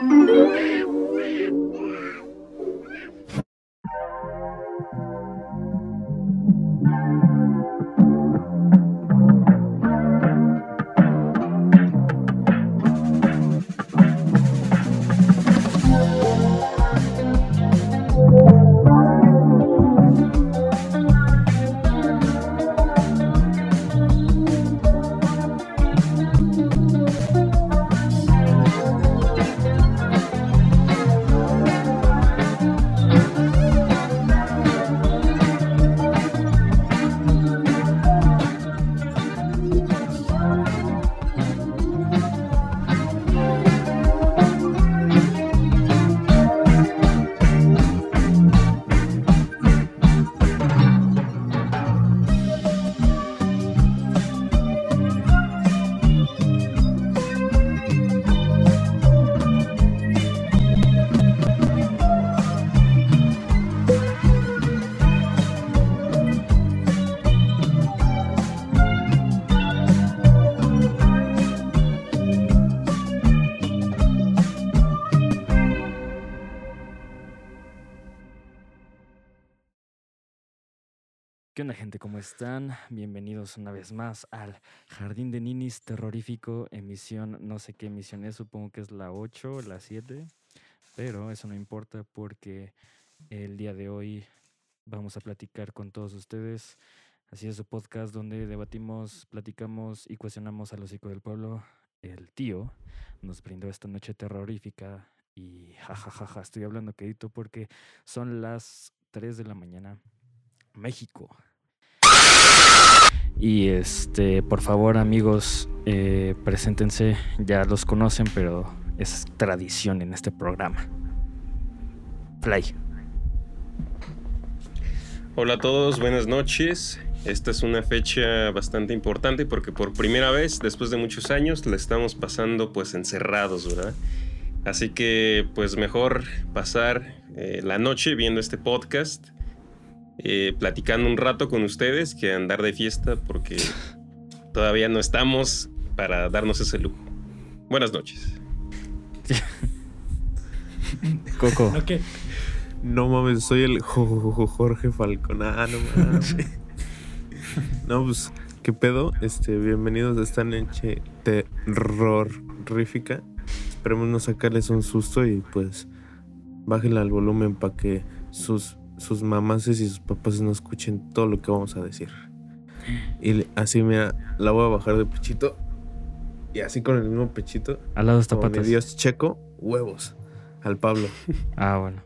¿Qué onda, gente? ¿Cómo están? Bienvenidos una vez más al Jardín de Ninis Terrorífico, emisión, no sé qué emisión es, supongo que es la 8 o la 7, pero eso no importa porque el día de hoy vamos a platicar con todos ustedes. Así es su podcast donde debatimos, platicamos y cuestionamos al hocico del pueblo. El tío nos brindó esta noche terrorífica y jajajaja, estoy hablando quedito porque son las 3 de la mañana. México. Y por favor, amigos, preséntense. Ya los conocen, pero es tradición en este programa. Fly. Hola a todos, buenas noches. Esta es una fecha bastante importante porque por primera vez, después de muchos años, la estamos pasando pues encerrados, ¿verdad? Así que pues mejor pasar la noche viendo este podcast, platicando un rato con ustedes, que andar de fiesta porque todavía no estamos para darnos ese lujo. Buenas noches. Coco. Okay. No mames, soy el Jorge Falcón. No mames. No, pues, ¿qué pedo? Bienvenidos a esta noche terrorífica. Esperemos no sacarles un susto y pues bájenle al volumen para que sus mamases y sus papás no escuchen todo lo que vamos a decir. Y así, mira, la voy a bajar de pechito. Y así con el mismo pechito. Al lado está como mi patas. Dios checo, huevos. Al Pablo. Ah, bueno.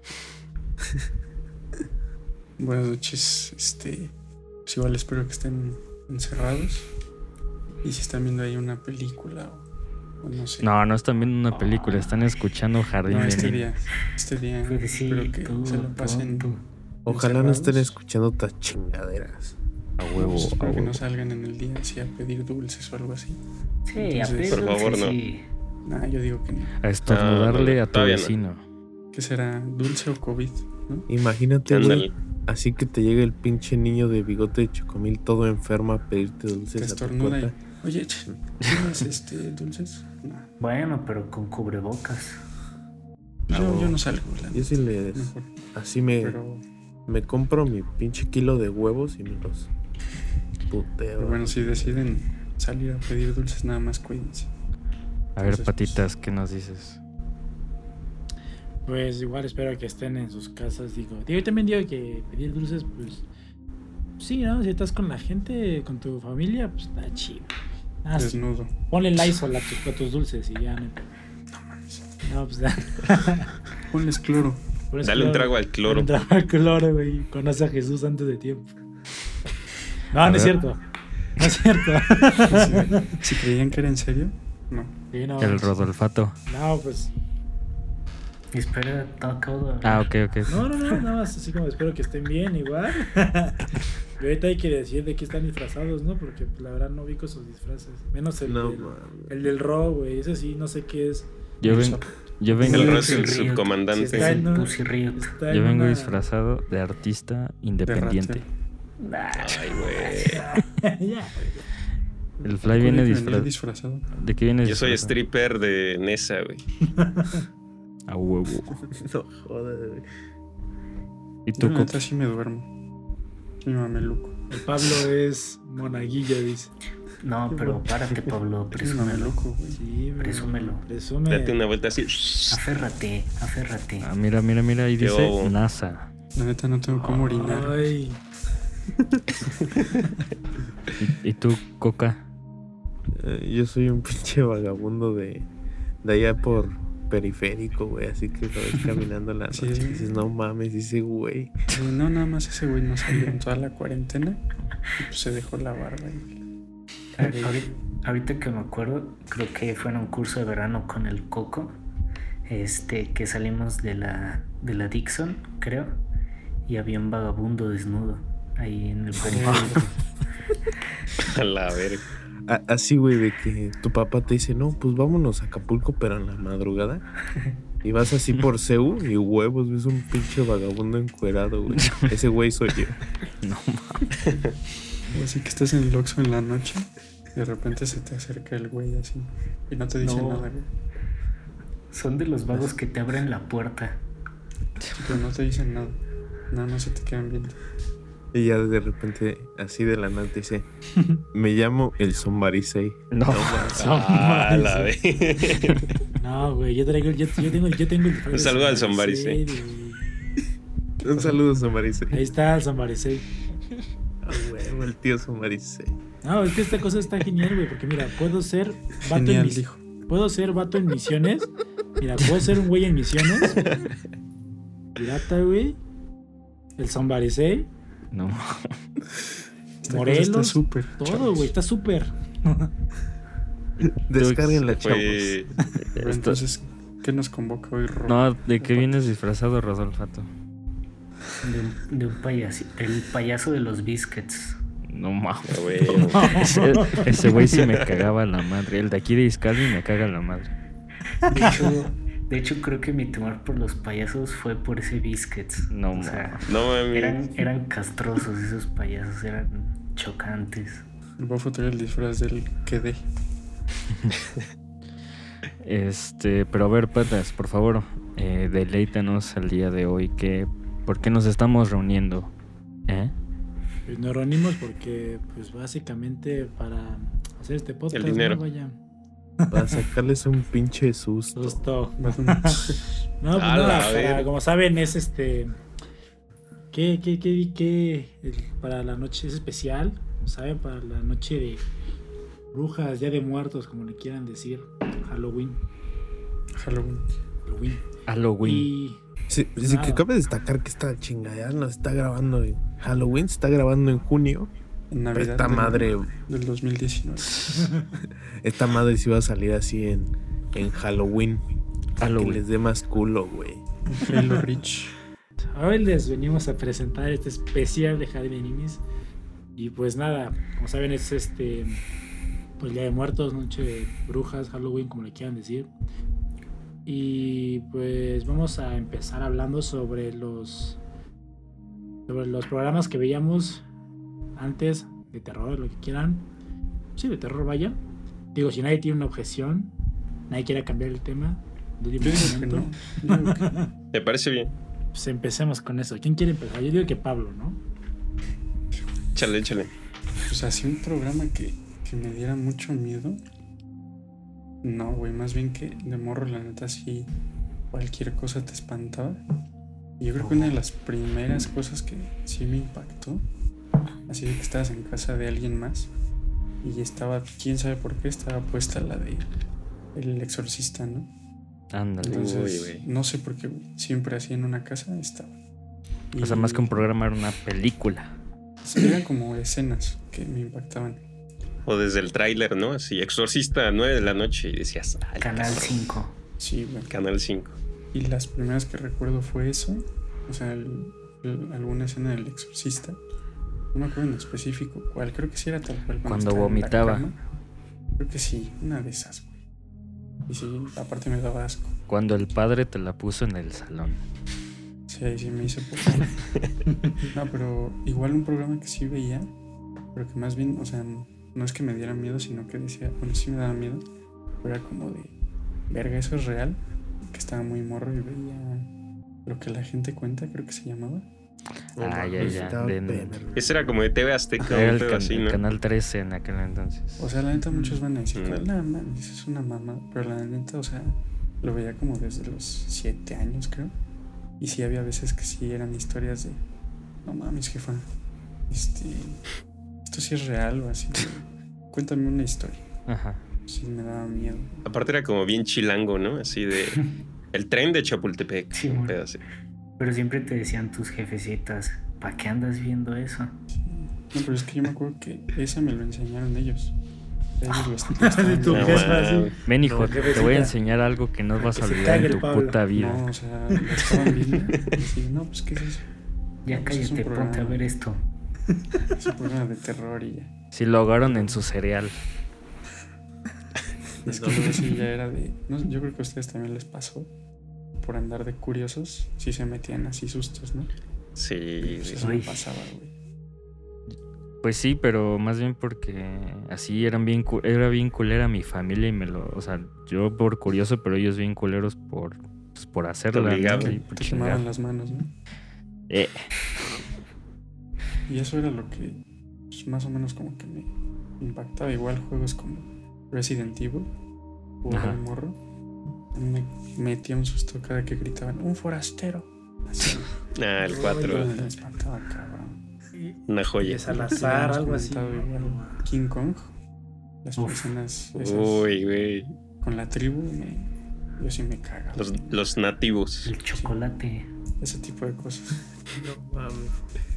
Buenas noches. Pues igual espero que estén encerrados. Y si están viendo ahí una película o no sé. No están viendo una película, están escuchando Jardín No, de este Ninis. día espero que se lo pasen. Ojalá no estén encerrados. escuchando otras chingaderas. A huevo, Pues a espero que huevo. no salgan en el día así a pedir dulces o algo así. Sí, Entonces, a pedir por favor, dulces, no. sí. Nah, yo digo que no. A estornudarle No, a tu todavía no. vecino. ¿Qué será? ¿Dulce o COVID? ¿No? Imagínate, güey, Ándale. así que te llega el pinche niño de bigote de chocomil todo enfermo a pedirte Te dulces a tu estornuda y... puerta. Oye, ¿tienes dulces? No. Bueno, pero con cubrebocas. Yo no salgo, la Yo sí le... mejor. Así Pero me compro mi pinche kilo de huevos y me los puteo. Pero bueno, si deciden salir a pedir dulces, nada más cuídense. A ver, Entonces, patitas, ¿qué nos dices? Pues igual espero que estén en sus casas. Yo también digo que pedir dulces, pues sí, ¿no? Si estás con la gente, con tu familia, pues está chido. Ah, sí. Desnudo. Ponle Lysol a tus dulces y ya no. No, pues ya. Ponles cloro. Ponles Dale un cloro. trago al cloro. Dale un trago al cloro, güey. Conoce a Jesús antes de tiempo. No, A no es ver. cierto. No es cierto. Si creían que era en serio, no. Sí, no, El Rodolfato. No, pues. Espera, todo. Ah, ok. No, nada más así como espero que estén bien, igual. Y ahorita hay que decir de qué están disfrazados, ¿no? Porque pues, la verdad no vi con sus disfraces. Menos el, No, del, mames. el del Ro, güey. Ese sí, no sé qué es. Yo vengo, El Sí, resto es el sí, subcomandante. sí, está en una- Pussy Riot. está yo en vengo una- disfrazado de artista independiente. Ay, güey. Ya, El Fly viene Venir disfrazado. disfrazado. ¿De qué vienes Yo soy disfrazado? stripper de Nesa, güey. A huevo. No jodas, güey. ¿Y Yo tú, la Coco? neta sí me duermo. Sí, mameluco. El Pablo es monaguillo, dice. No, pero párate, Pablo, Sí, presúmelo. mameluco, güey. Sí, bro. Presúmelo. Presume. Date una vuelta así. Aférrate. Ah, mira, ahí Qué dice bobo. NASA. La neta no tengo cómo orinar. Ay, ¿Y tú, Coca? Yo soy un pinche vagabundo de allá por Periférico, güey. Así que lo ves caminando en la Sí. noche y dices, no mames, ese güey. No, nada más ese güey no salió en toda la cuarentena. Y pues se dejó la barba. Ahorita que me acuerdo, creo que fue en un curso de verano con el Coco, que salimos de la Dixon, creo, y había un vagabundo desnudo ahí en el periférico. A la verga. Así, güey, de que tu papá te dice, no, pues vámonos a Acapulco, pero en la madrugada. Y vas así por CEU y huevos, ves un pinche vagabundo encuerado, güey. Ese güey soy yo. No, Así que estás en el Oxxo en la noche. Y de repente se te acerca el güey así. Y no te dice No. nada, güey. Son de los vagos que te abren la puerta. Sí, pero no te dicen nada. Nada más se te quedan viendo. Y ya de repente, así de la nada, te dice, me llamo el Zombarisei. no. Ah, la verga. no, güey, yo tengo el disfraz Un de saludo al Zombarisei, Zombarisei. güey. Un saludo, Zombarisei. Ahí está el Zombarisei. Ah, huevo, el tío Zombarisei. No, es que esta cosa está genial, güey, porque mira, puedo ser vato Genial, en dijo. puedo ser vato en misiones. Mira, puedo ser un güey en misiones. Pirata, güey. El Zombarisei. No. Esta Morelos, cosa está súper. Todo, chavos. güey, está súper. Descárguenla, chavos. Fue Pero entonces, ¿qué nos convoca hoy, Ro? No, ¿de qué vienes disfrazado, Rodolfato? De un payaso. El payaso de los biscuits. No mames. ah, güey. Ese güey sí me cagaba la madre. El de aquí de Izcalli me caga la madre. De hecho, creo que mi temor por los payasos fue por ese biscuits. No, O sea, No mames. eran castrosos esos payasos, eran chocantes. Voy a fotar el disfraz del quedé. Pero a ver, patas, por favor, deleítanos al día de hoy. ¿Por qué nos estamos reuniendo? Pues nos reunimos porque, pues básicamente para hacer este podcast. El dinero. ¿no? Vaya. Para sacarles un pinche susto. Justo. Va a ser un- No, pues A la nada, verga. como saben, es para la noche es especial, como saben, para la noche de brujas, día de muertos, como le quieran decir, Halloween. Halloween. Y Sí, sí, que cabe destacar que esta chingadera no se está grabando en Halloween, se está grabando en junio. En Pero Navidad esta madre, del 2019. esta madre sí va a salir así en Halloween. Que Halloween. les dé más culo, güey. Halo Reach. hoy les venimos a presentar este especial de Jardín de Ninis. Y pues nada, como saben, es pues Día de Muertos, Noche de Brujas, Halloween, como le quieran decir. Y pues vamos a empezar hablando sobre los programas que veíamos antes, de terror, lo que quieran. Sí, de terror, vaya. Digo, si nadie tiene una objeción, nadie quiere cambiar el tema de último Yo digo que momento, no. Yo digo que no. Me parece bien. pues empecemos con eso. ¿Quién quiere empezar? Yo digo que Pablo, ¿no? Échale. Pues así un programa que me diera mucho miedo. No, güey, más bien que de morro, la neta, sí, cualquier cosa te espantaba. Y yo creo que una de las primeras cosas que sí me impactó, así de que estabas en casa de alguien más y estaba, quién sabe por qué, estaba puesta la de El Exorcista, ¿no? Ándale. Entonces, güey. no sé por qué, güey, siempre así en una casa estaba. O sea, más que un programa era una película. Eran como escenas que me impactaban. O desde el tráiler, ¿no? Así, Exorcista, 9 de la noche. Y decías, ay, Canal cabrón. 5. Sí, güey. Canal 5. Y las primeras que recuerdo fue eso. O sea, alguna escena del Exorcista. No me acuerdo en específico cuál. Creo que sí era tal cual. Cuando estaba en la vomitaba. cama. Creo que sí, una de esas, güey. Y sí, aparte me daba asco. Cuando el padre te la puso en el salón. Sí, ahí sí me hizo poco. No, pero igual un programa que sí veía, pero que más bien, o sea, no es que me diera miedo, sino que decía, bueno, sí me daba miedo, pero era como de, verga, ¿eso es real? que estaba muy morro y veía Lo que la gente cuenta, creo que se llamaba. Ya. Ese era como de TV Azteca, Era un pedo así, el ¿no? canal 13 en aquel entonces. O sea, la neta, muchos van a decir, No. no, man, es una mamá. Pero la neta, o sea, lo veía como desde los 7 años, creo. Y sí había veces que sí eran historias de, no mames, jefa, esto sí es real o así. Cuéntame una historia. Ajá. Sí, me daba miedo. Aparte era como bien chilango, ¿no? Así de... El tren de Chapultepec. Sí, un bueno. pedo así. Pero siempre te decían tus jefecitas, ¿para qué andas viendo eso? No, pero es que yo me acuerdo que ese me lo enseñaron ellos. Ellos lo De estaban tu No, viendo. jefa, wow. sí. Ven, hijo, No, te jefecita. voy a enseñar algo que no vas a Que se olvidar cague en el tu Pablo. puta vida. No, o sea, lo estaban viendo. Y sí, no, pues, ¿qué es eso? Ya Pues es un cállate, ponte a programa. ver esto. Es un programa de terror y ya. Sí, lo ahogaron en su cereal. Es que luego sí ya era de. No, yo creo que a ustedes también les pasó. Por andar de curiosos, sí se metían así sustos, ¿no? Sí, Pues sí. eso me Uy. pasaba, güey. Pues sí, pero más bien porque así era bien culera mi familia y o sea, yo por curioso, pero ellos bien culeros por hacerla, ¿no? obligaban. Y por Te chingar. quemaban las manos, ¿no? Y eso era lo que pues, más o menos como que me impactaba. Igual juegos como Resident Evil o Ajá. El Morro. A mí me metía un susto cada que gritaban ¡un forastero! Así. Ah, el 4. Me espantaba, cabrón. Una Y joya. de Salazar, Hemos algo así. comentado igual King Kong. Las Uf. personas esas Uy, güey. con la tribu, yo sí me cago. Los nativos. El chocolate. Ese tipo de cosas. No mames.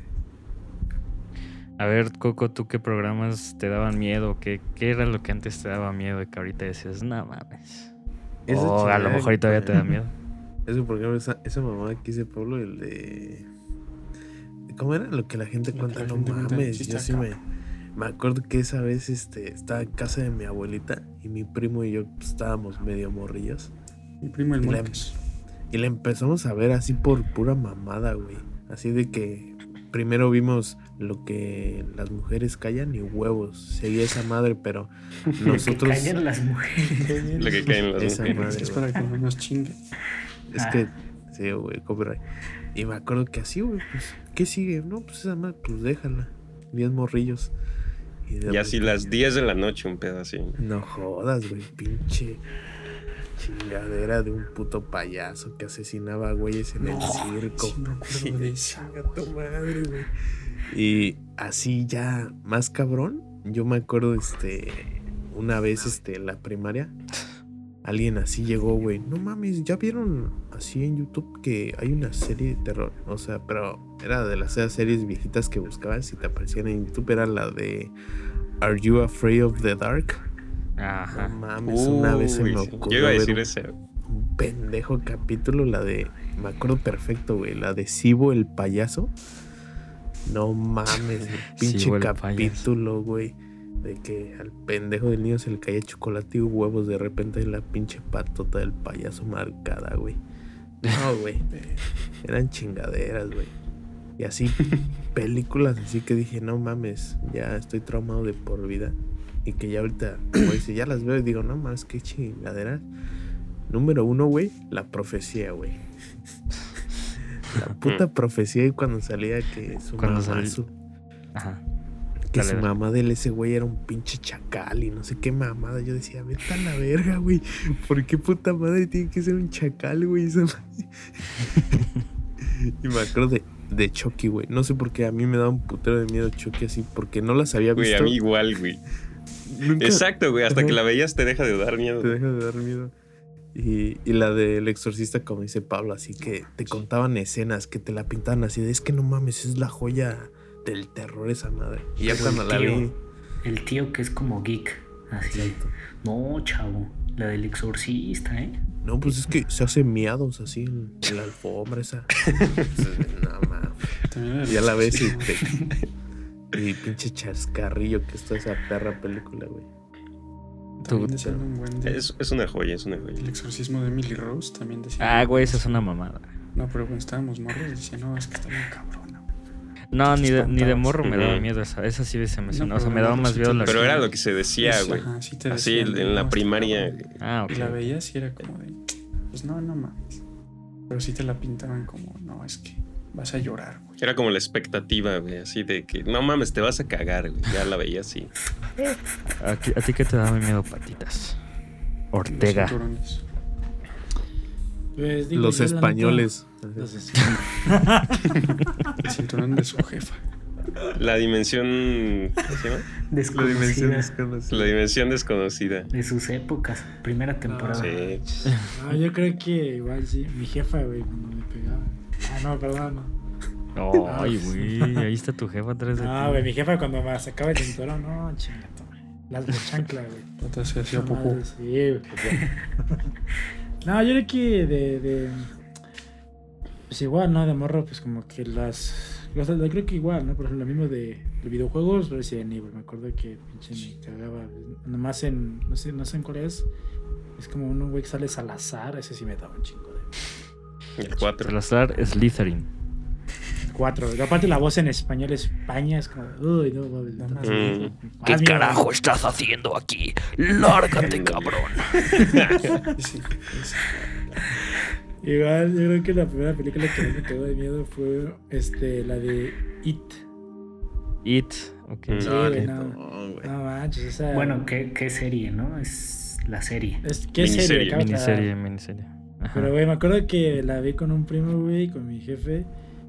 A ver, Coco, ¿tú qué programas te daban miedo? ¿Qué era lo que antes te daba miedo y que ahorita decías, no mames? O a lo mejor ahorita todavía te da miedo. Eso, por ejemplo, esa mamá que dice Pablo, el de... ¿Cómo era? Lo que la gente Lo que cuenta, la no gente cuenta, mames. sí Yo está sí cabrón. me acuerdo que esa vez estaba en casa de mi abuelita y mi primo y yo pues, estábamos medio morrillos. Mi primo el Y la- Montes. Y la empezamos a ver así por pura mamada, güey. Así de que primero vimos lo que las mujeres callan y huevos. Seguía esa madre, pero nosotros... Que callan las mujeres. Lo que caen las Esa mujeres. madre, Es güey. para que no nos chinguen. Es que, sí, güey, copyright. Y me acuerdo que así, güey, pues, ¿qué sigue? No, pues esa madre, pues déjala. 10 morrillos. Y así las 10 de la noche, un pedo así. No jodas, güey, pinche chingadera de un puto payaso que asesinaba a güeyes en el circo. Sí, me acuerdo de esa. Chinga tu madre, güey. Y así ya, más cabrón, yo me acuerdo, una vez, en la primaria, alguien así llegó, güey. No mames, ¿ya vieron así en YouTube que hay una serie de terror? O sea, pero era de las series viejitas que buscabas si te aparecían en YouTube. Era la de Are You Afraid of the Dark? Ajá. No mames, una vez se me Uy, sí. ocurrió Yo iba a ver decir un, ese. un pendejo capítulo, la de... Me acuerdo perfecto, güey. La de Sibo el payaso. No mames, el pinche Sibo el capítulo, güey. De que al pendejo del niño se le caía chocolate y huevos de repente en la pinche patota del payaso marcada, güey. No, güey. Eran chingaderas, güey. Y así, películas así que dije, no mames, ya estoy traumado de por vida. Y que ya ahorita, güey, si ya las veo y digo, no mames, qué chingaderas. Número 1, güey, la profecía, güey. La puta profecía y cuando salía que su Cuando mamá, salí- Ajá. que Dale, su dale. mamá de ese güey era un pinche chacal y no sé qué mamada. Yo decía, vete a la verga, güey. ¿Por qué puta madre tiene que ser un chacal, güey? Esa madre? Y me acuerdo de Chucky, güey. No sé por qué a mí me daba un putero de miedo Chucky así, porque no las había Güey, visto. a mí igual, güey. Nunca Exacto, güey. Hasta Ajá. que la veías te deja de dar miedo. te deja de dar miedo. Y la del exorcista, como dice Pablo, así que te contaban escenas, que te la pintaban así de, es que no mames, es la joya del terror esa madre. Y ya Pero cuando el la tío, vi... El tío que es como geek. Así. Exacto. No, chavo. La del exorcista, ¿eh? No, pues es que se hace miados así en la alfombra esa. No mames. También era Ya la ves y exorcismo. y pinche chascarrillo que está esa perra película, güey. También Tú- decían un buen de... Es una joya, es una joya. El exorcismo de Emily Rose también decían. Ah, güey, esa es una mamada. No, pero cuando estábamos morros decían, no, es que está bien cabrona. güey". No, Te ni de espantabas. morro me daba Ujú. miedo esa. Esa sí se me sonó. No, O sea, pero me daba no, más sí miedo te- la Pero era lo que se decía, Es- güey. ajá, sí te Así decían, en "No, la está primaria. cabrón". Ah, ok. Y la veías y era como de, pues no mames. Pero sí te la pintaban como, no, es que vas a llorar, güey. Era como la expectativa, güey, así de que no mames, te vas a cagar, güey. Ya la veía así. ¿A ti qué te daba miedo, Patitas? Ortega. Los cinturones. Pues, digo, Los yo, la españoles. neta, los El cinturón de su jefa. La dimensión. ¿Cómo se llama? Desconocida La dimensión desconocida. de sus épocas. Primera temporada. Sí. No, yo creo que igual sí. Mi jefa, güey, cuando me pegaba. No, perdón, no. Ay, güey, ahí está tu jefa atrás de No, ti. güey, mi jefa cuando me sacaba el cinturón, no, chingato. Las de chancla, güey. Otra se hacía popó. Madre, sí, güey. No, yo creo que pues igual, ¿no? De morro, pues como que yo creo que igual, ¿no? Por ejemplo, lo mismo de videojuegos, Resident Evil. Me acuerdo que pinche me cagaba. Nomás no sé en cuál es. Es como un güey que sale Salazar. Ese sí me daba un chingo de... El 4. Salazar Slytherin. 4. Aparte la voz en español España es como... Uy, no, mames. No más. ¿Qué estás haciendo aquí? ¡Lárgate, cabrón! Sí. Igual, yo creo que la primera película que me cagó de miedo fue la de It. It, ok. Sí, No, güey, No, no güey. manches, esa... Bueno, ¿qué serie, no? Es la serie. ¿Qué serie? Miniserie. Causa? Miniserie. Ajá. Pero, güey, me acuerdo que la vi con un primo, güey, con mi jefe.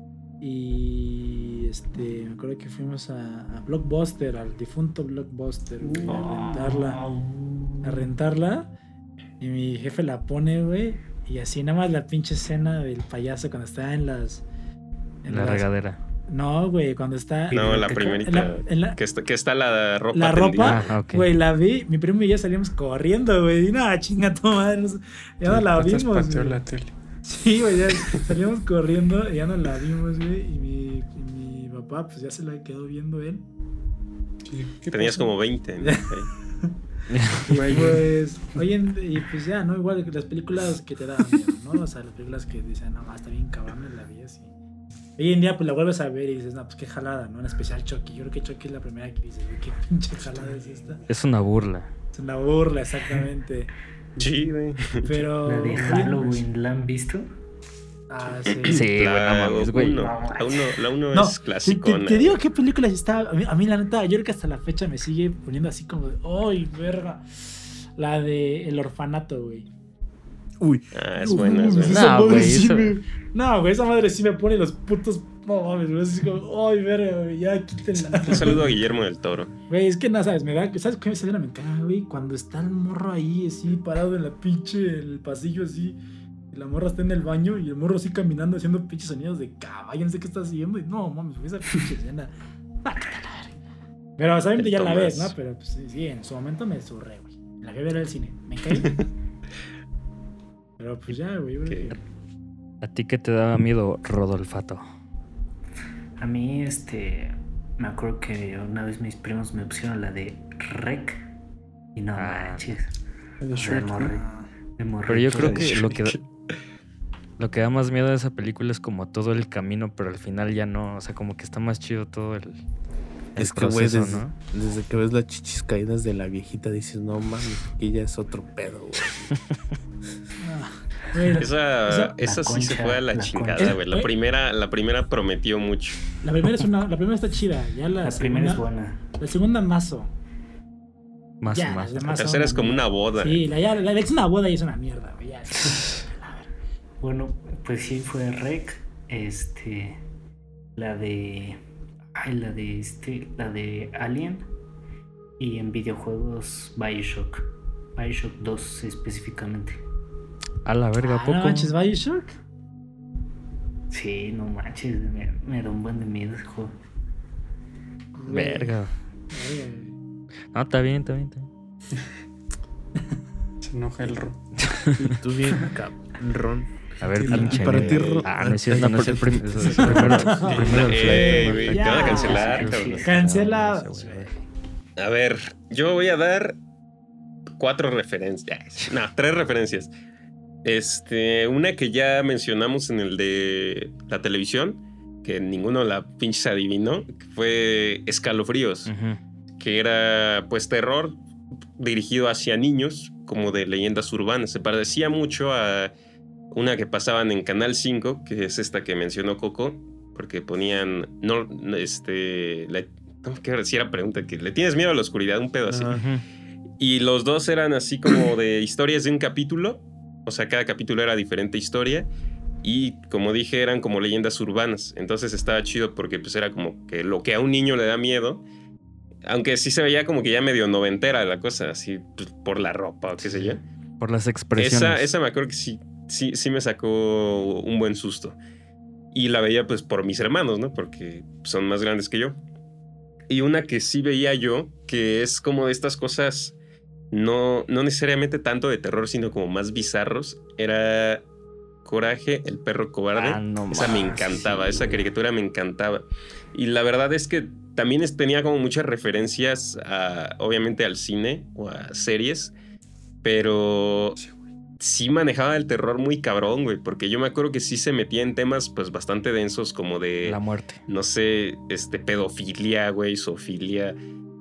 Y me acuerdo que fuimos a Blockbuster, al difunto Blockbuster, güey, a rentarla. Y mi jefe la pone, güey. Y así nada más la pinche escena del payaso cuando está en las... La regadera. No, güey, cuando está... No, la en primerita. en la- Que está la ropa. La ropa, tendida. ok. güey, la vi. Mi primo y yo salimos corriendo, güey. Y nada, chinga tu madre. Ya no la Patas vimos, pateó güey. la tele. Sí, güey, ya salimos corriendo y ya no la vimos, güey. Y mi papá, pues ya se la quedó viendo él. Sí, ¿qué Tenías pasó? como 20. ¿no? Y pues, y pues ya, ¿no? Igual que las películas que te daban miedo, ¿no? O sea, las películas que dicen, no, está bien cabrón, la vi así. Hoy en día, pues la vuelves a ver y dices, no, pues qué jalada, ¿no? En especial Chucky. Yo creo que Chucky es la primera que dices, güey, qué pinche jalada es esta. Es una burla. Es una burla, exactamente. Sí, güey. Pero. La de Halloween, ¿la han visto? Ah, sí. Sí, güey, no La mames, güey. 1. La 1 No, es clasicona. te digo qué películas está. A mí, la neta, yo creo que hasta la fecha me sigue poniendo así como de, ¡ay, verga! La de El Orfanato, güey. Uy, Ah, es buena, es buena. Esa No, madre güey, sí eso- No, güey, esa madre sí me pone los putos. No mames, güey. Así como, ¡ay, verga, güey! Ya quítenla. Un saludo a Guillermo del Toro. Güey, es que no sabes, ¿sabes qué me salió me caga, güey? Cuando está el morro ahí, así, parado en la el pasillo, así. Y la morra está en el baño y el morro así caminando haciendo pinches sonidos de caballo, no sé qué está haciendo. Y no, mames, güey, esa pinche escena. Pero obviamente ya la ves, ¿no? Pero pues sí, en su momento me surré, güey. La fui a ver al cine. Me caí. Pero pues ya, güey. Yo creo que... ¿A ti qué te daba miedo, Rodolfato? A mí, me acuerdo que una vez mis primos me pusieron la de Rec. Y no manches. La de De Shrek, ¿no? morrito. Pero yo creo que lo que da más miedo de esa película es como todo el camino, pero al final ya no. O sea, como que está más chido todo el es que, güey, proceso, desde, ¿no? desde que ves las chichis caídas de la viejita, dices, no mames, aquí ya es otro pedo, güey. Güey, Esa sí se concha, fue a la la chingada, concha. güey. La primera prometió mucho. la primera está chida. Ya La primera es buena. La segunda, mazo. Más Ya, o más. las La demás tercera son es como una boda. Sí, la es una boda y es una mierda, güey. Ya. Bueno, pues sí fue Rec. La de. Ay, la de Alien. Y en videojuegos Bioshock. Bioshock 2 específicamente. A la verga, ¿a poco? No manches, Bioshock. Sí, no manches, me da un buen de miedo ese juego. Verga. Güey. No, está bien. Se enoja el ro. Y tú bien, cabrón. A ver, Y pinche. para ti, Ro- no es cierto, no es el primero. Eso es primero el güey, flag. te van a Ya. cancelar, Sí, cabrón. sí. Cancelados. A ver, yo voy a dar 4 referencias. No, 3 referencias. Una que ya mencionamos en el de la televisión, que ninguno la pinche adivinó, que fue Escalofríos, que era pues terror dirigido hacia niños, como de leyendas urbanas. Se parecía mucho a una que pasaban en Canal 5, que es esta que mencionó Coco, porque ponían, no quiero decir la pregunta, que le tienes miedo a la oscuridad, un pedo así. Y los dos eran así como de historias de un capítulo, o sea, cada capítulo era diferente historia, y como dije, eran como leyendas urbanas. Entonces estaba chido porque pues era como que lo que a un niño le da miedo, aunque sí se veía como que ya medio noventera la cosa, así pues, por la ropa o qué sé yo. Por las expresiones. Esa me acuerdo que sí me sacó un buen susto. Y la veía pues por mis hermanos, ¿no? Porque son más grandes que yo. Y una que sí veía yo, que es como de estas cosas, no necesariamente tanto de terror, sino como más bizarros, era Coraje, el perro cobarde. No esa me encantaba, esa caricatura me encantaba. Y la verdad es que también tenía como muchas referencias obviamente al cine o a series, pero sí manejaba el terror muy cabrón, güey, porque yo me acuerdo que sí se metía en temas pues bastante densos como de... La muerte. No sé, pedofilia, güey, zoofilia,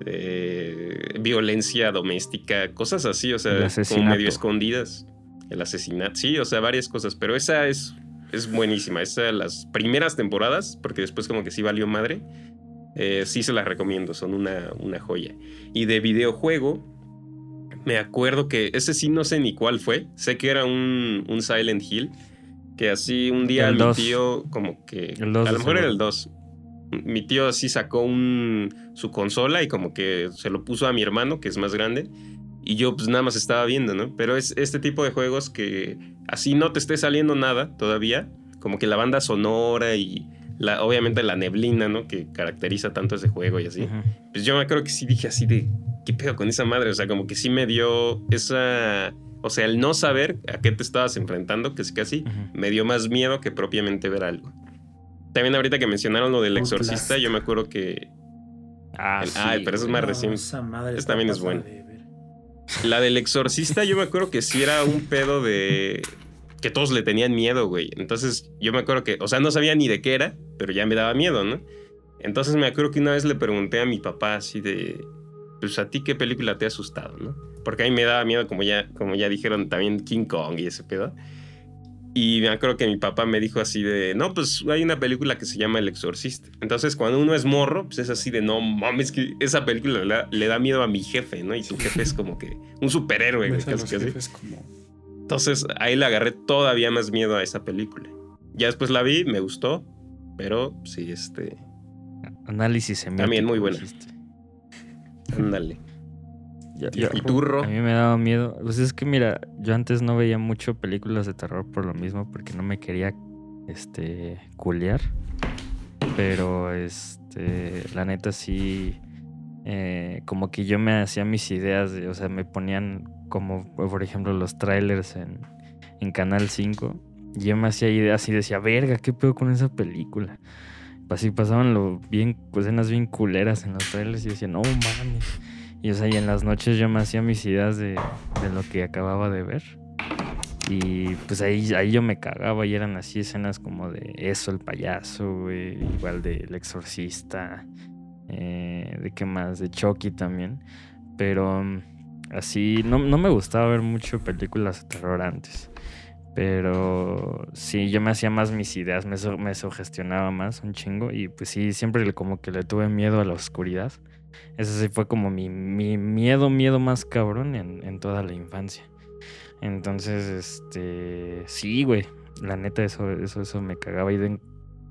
violencia doméstica, cosas así, o sea, como medio escondidas. El asesinato, sí, o sea, varias cosas, pero esa es buenísima. Esa, las primeras temporadas, porque después como que sí valió madre, sí se las recomiendo, son una joya. Y de videojuego, me acuerdo que ese sí no sé ni cuál fue. Sé que era un Silent Hill. Que así un día el mi 2. tío como que... El 2 a lo mejor era el 2. Mi tío así sacó su consola y como que se lo puso a mi hermano, que es más grande. Y yo pues nada más estaba viendo, ¿no? Pero es este tipo de juegos que así no te esté saliendo nada todavía. Como que la banda sonora y obviamente la neblina, ¿no? Que caracteriza tanto ese juego y así. Pues yo me acuerdo que sí dije así de... ¿Qué pedo con esa madre? O sea, como que sí me dio esa... O sea, el no saber a qué te estabas enfrentando, que es casi, me dio más miedo que propiamente ver algo. También ahorita que mencionaron lo del Exorcista, yo me acuerdo que... pero eso es más reciente. Esa también es buena. La del Exorcista, yo me acuerdo que sí era un pedo de... que todos le tenían miedo, güey. Entonces, yo me acuerdo que... O sea, no sabía ni de qué era, pero ya me daba miedo, ¿no? Entonces, me acuerdo que una vez le pregunté a mi papá así de... Pues, ¿a ti qué película te ha asustado, no? Porque a mí me daba miedo, como ya dijeron, también King Kong y ese pedo. Y me acuerdo que mi papá me dijo así de... No, pues hay una película que se llama El Exorcista. Entonces, cuando uno es morro, pues es así de... No mames, que esa película le da miedo a mi jefe, ¿no? Y su jefe es como que un superhéroe, güey. Entonces, ahí le agarré todavía más miedo a esa película. Ya después la vi, me gustó. Pero sí, Análisis semiótico. También muy buena. Ándale. ¿Y turro? A mí me daba miedo. Pues es que mira, yo antes no veía mucho películas de terror por lo mismo, porque no me quería culear. Pero la neta sí, como que yo me hacía mis ideas, o sea, me ponían como, por ejemplo, los trailers en Canal 5. Y yo me hacía ideas y decía, verga, ¿qué pedo con esa película? Así pasaban escenas bien culeras en los trailers y decía, no mames. Y o sea, y en las noches yo me hacía mis ideas de lo que acababa de ver. Y pues ahí yo me cagaba y eran así escenas como de eso, el payaso, güey, igual de El Exorcista, de qué más, de Chucky también. Pero así no me gustaba ver mucho películas de terror antes. Pero sí, yo me hacía más mis ideas, me sugestionaba más un chingo. Y pues sí, siempre como que le tuve miedo a la oscuridad. Ese sí fue como mi miedo más cabrón en toda la infancia. Entonces, sí, güey, la neta eso me cagaba. Y de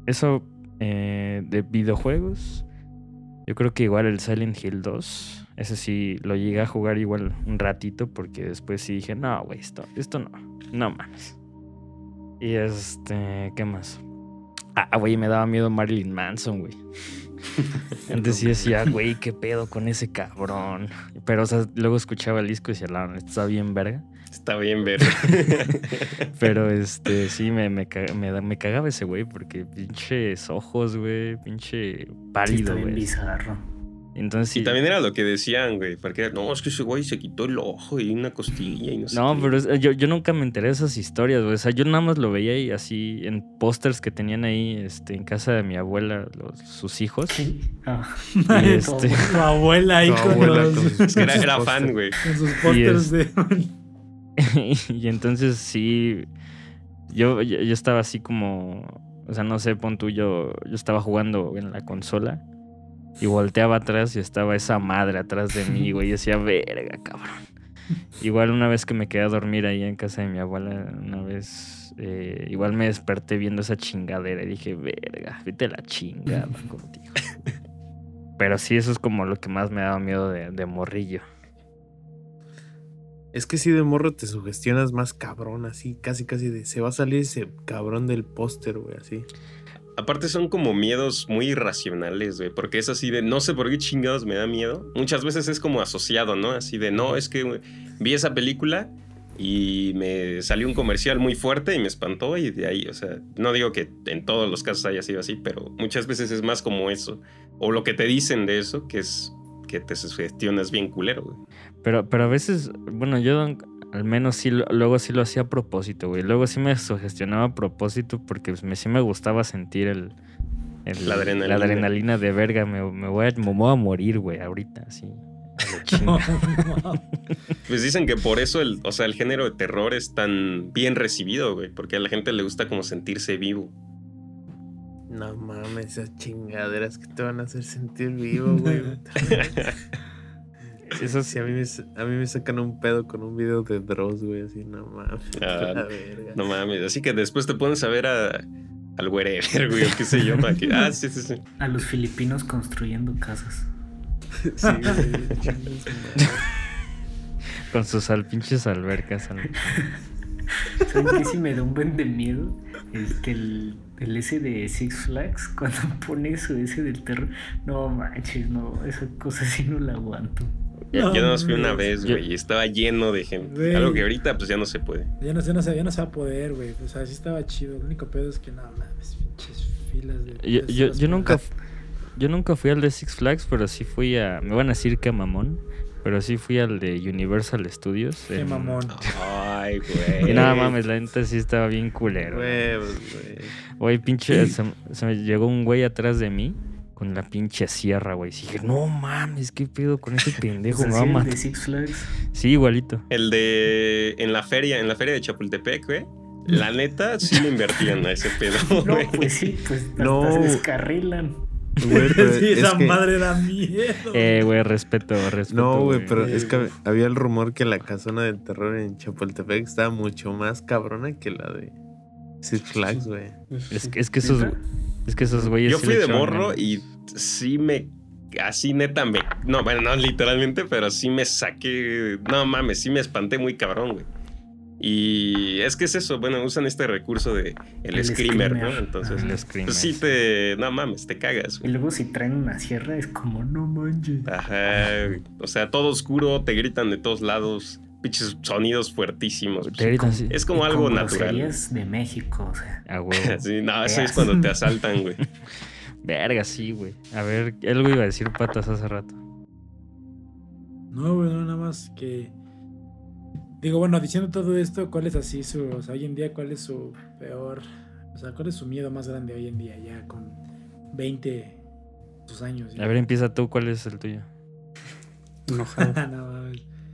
videojuegos, yo creo que igual el Silent Hill 2, ese sí lo llegué a jugar igual un ratito, porque después sí dije, no, güey, esto no mames. Y ¿qué más? Güey, me daba miedo Marilyn Manson, güey. Antes sí decía, güey, qué pedo con ese cabrón. Pero, o sea, luego escuchaba el disco y decía, está bien verga. Está bien verga. Pero, sí, me cagaba ese güey, porque pinches ojos, güey, pinche pálido, güey. Sí, bizarro. Entonces, y también era lo que decían, güey, porque no, es que ese güey se quitó el ojo y una costilla y no sé. No, pero yo nunca me enteré de esas historias, güey. O sea, yo nada más lo veía y así en pósters que tenían ahí en casa de mi abuela, sus hijos. Sí. Tu abuela ahí con los... Es que era fan, güey. Con sus pósters de... Y entonces sí, yo estaba así como, o sea, no sé, pon tú, yo estaba jugando en la consola y volteaba atrás y estaba esa madre atrás de mí, güey, y decía, verga, cabrón. Igual una vez que me quedé a dormir ahí en casa de mi abuela, una vez, igual me desperté viendo esa chingadera y dije, verga, vete la chingada contigo. Pero sí, eso es como lo que más me daba miedo de morrillo. Es que si de morro te sugestionas más cabrón, así, casi de se va a salir ese cabrón del póster, güey, así. Aparte son como miedos muy irracionales, güey, porque es así de no sé por qué chingados me da miedo. Muchas veces es como asociado, ¿no? Así de no, es que vi esa película y me salió un comercial muy fuerte y me espantó y de ahí, o sea, no digo que en todos los casos haya sido así, pero muchas veces es más como eso. O lo que te dicen de eso, que es que te sugestionas bien culero, güey. Pero a veces, bueno, yo al menos sí, luego sí lo hacía a propósito, güey. Luego sí me sugestionaba a propósito porque sí me gustaba sentir la adrenalina de verga. Me voy a morir, güey, ahorita, así. A lo chinga. Pues dicen que por eso el género de terror es tan bien recibido, güey. Porque a la gente le gusta como sentirse vivo. No mames, esas chingaderas que te van a hacer sentir vivo, güey. Eso sí, a mí me sacan un pedo con un video de Dross, güey, así, no mames. No mames, así que después te pones a ver al wherever, güey, qué sé yo, para que... sí. A los filipinos construyendo casas. Sí, güey. Con sus pinches albercas. ¿Saben qué sí me da un buen de miedo? El ese de Six Flags, cuando pone eso ese del terror. No manches, no, esa cosa sí no la aguanto. Yo no fui una vez, güey, y estaba lleno de gente. Güey, algo que ahorita pues ya no se puede. Ya no se va a poder, güey. O sea, sí estaba chido. El único pedo es que no mames, pinches filas de... Yo nunca fui al de Six Flags, pero sí fui a... Me van a decir que mamón, pero sí fui al de Universal Studios. Qué mamón. Ay, güey. Y nada mames, la neta sí estaba bien culero. Güey, pinche... Se me llegó un güey atrás de mí con la pinche sierra, güey. Y dije, no mames, ¿qué pedo con ese pendejo? ¿Es el de Six Flags? Sí, igualito. El de... En la feria de Chapultepec, güey. La neta, sí le invertían a ese pedo, No, güey. pues sí, pues no. hasta se descarrilan. Güey, sí, esa madre da miedo. Güey, respeto. No, güey, pero es que había el rumor que la casona del terror en Chapultepec estaba mucho más cabrona que la de Six Flags, güey. Es que esos güeyes... Yo fui de morro y sí así neta no, bueno, no literalmente, pero sí me saqué... No mames, sí me espanté muy cabrón, güey. Y es que es eso, bueno, usan este recurso de el screamer, ¿no? Entonces, el screamer. Pues sí no mames, te cagas, güey. Y luego si traen una sierra es como, no manches. Ajá, o sea, todo oscuro, te gritan de todos lados, pinches sonidos fuertísimos. Sí. Es como algo natural. De México, o sea. Ah, güey. Sí, no, eso es cuando te asaltan, güey. Verga, sí, güey. A ver, algo iba a decir Patas hace rato. No, güey, no, nada más que... Digo, bueno, diciendo todo esto, ¿cuál es así o sea, hoy en día, cuál es su peor, o sea, cuál es su miedo más grande hoy en día, ya con 20 sus años? Ya? A ver, empieza tú, ¿cuál es el tuyo? Enojado. No,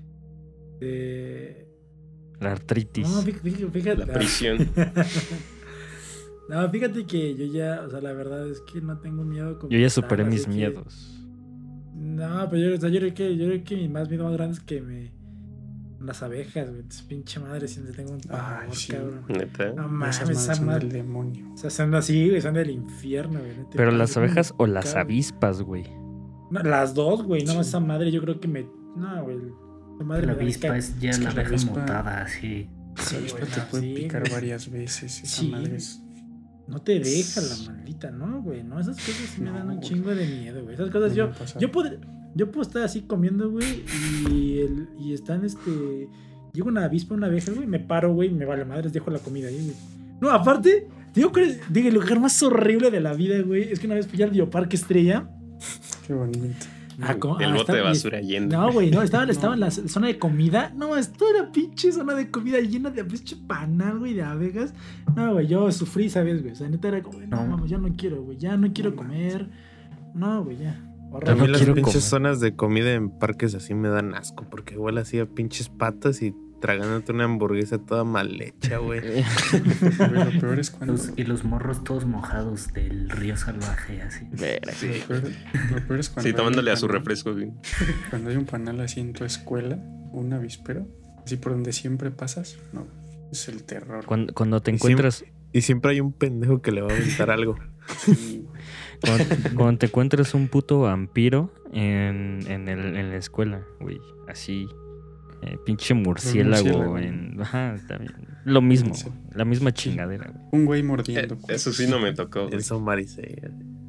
la artritis. No, fíjate. La prisión. No, fíjate que yo ya, o sea, la verdad es que no tengo miedo. Yo ya superé mis miedos. No, pero yo creo que mi más miedo más grande es que las abejas, güey. Pinche madre, siempre tengo un pavor, sí. cabrón. ¿Neta? No mames, esas son del demonio. O sea, son así, güey, son del infierno, güey. Pero las abejas o las avispas, güey. No, las dos, güey. No, Sí. esa madre yo creo que no, güey. La avispa es ya la abeja mutada, así. Sí, La avispa te puede picar varias veces. Esa madre es... No te deja la maldita, ¿no, güey? No, esas cosas sí me dan un chingo de miedo, güey. Esas cosas yo puedo estar así comiendo, güey, y están, llega una avispa, una abeja, güey, me paro, güey, me vale madres, dejo la comida ahí, güey. No, aparte, digo, el lugar más horrible de la vida, güey, es que una vez fui al Bioparque Estrella. Qué bonito. El bote de basura lleno. No, güey, no, estaba en la zona de comida. No, esto era pinche zona de comida llena de pinche panal, güey, de abejas. No, güey, yo sufrí, ¿sabes, güey? O sea, neta era como, no, vamos, ya no quiero, güey, ya no quiero comer. No, güey, ya. A mí las pinches zonas de comida en parques así me dan asco, porque huele así a pinches patas y tragándote una hamburguesa toda mal hecha, güey. Güey, lo peor es cuando... Y los morros todos mojados del río salvaje, así. Sí, Lo peor es cuando... sí, hay tomándole un a su panal- refresco, güey. Cuando hay un panal así en tu escuela, un avispero, así por donde siempre pasas, no, es el terror. Cuando te Y encuentras... Y siempre hay un pendejo que le va a aventar algo. Sí, güey. Cuando te encuentras un puto vampiro en la escuela, güey, así, pinche murciélago, murciélago. ajá, también, lo mismo, Sí. la misma chingadera, güey. Un güey mordiendo. Eso sí no me tocó, güey. El Somarisei.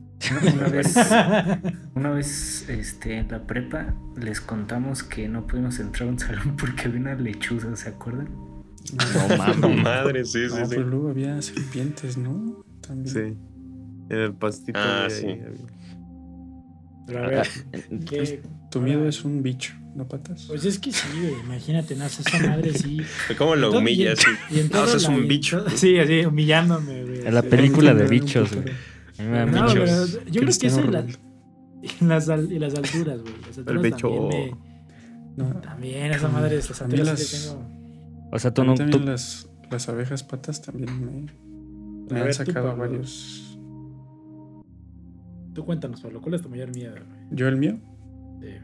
Una vez en la prepa les contamos que no pudimos entrar a un salón porque había una lechuza, ¿se acuerdan? No No, mames. madre, sí, No, sí, sí. pero luego había serpientes, ¿no? También. Sí. En el pastito. Ah, güey, sí. ahí había. Pero a ver, ¿qué? Tu miedo es un bicho, ¿no, Patas? Pues es que sí, güey, imagínate, nace esa madre así. ¿Cómo lo Todo- humilla y- así? Y en Ah, o todo sea, es la- un y en bicho. todo- Sí, así, humillándome, güey. En la así. película de Era un bichos, putero. güey. A mí me dan No, bichos. pero yo creo que Cristiano eso y, Ronaldo. y las alturas, güey. Las alturas bicho. también No, también esa madre, las A mí alturas las- sí le tengo. O sea, a tú mí no... también tú- las abejas patas también me A han ver, tú, sacado Pablo. varios. Tú cuéntanos, Pablo, ¿cuál es tu mayor miedo, güey? ¿Yo el mío? Sí, güey.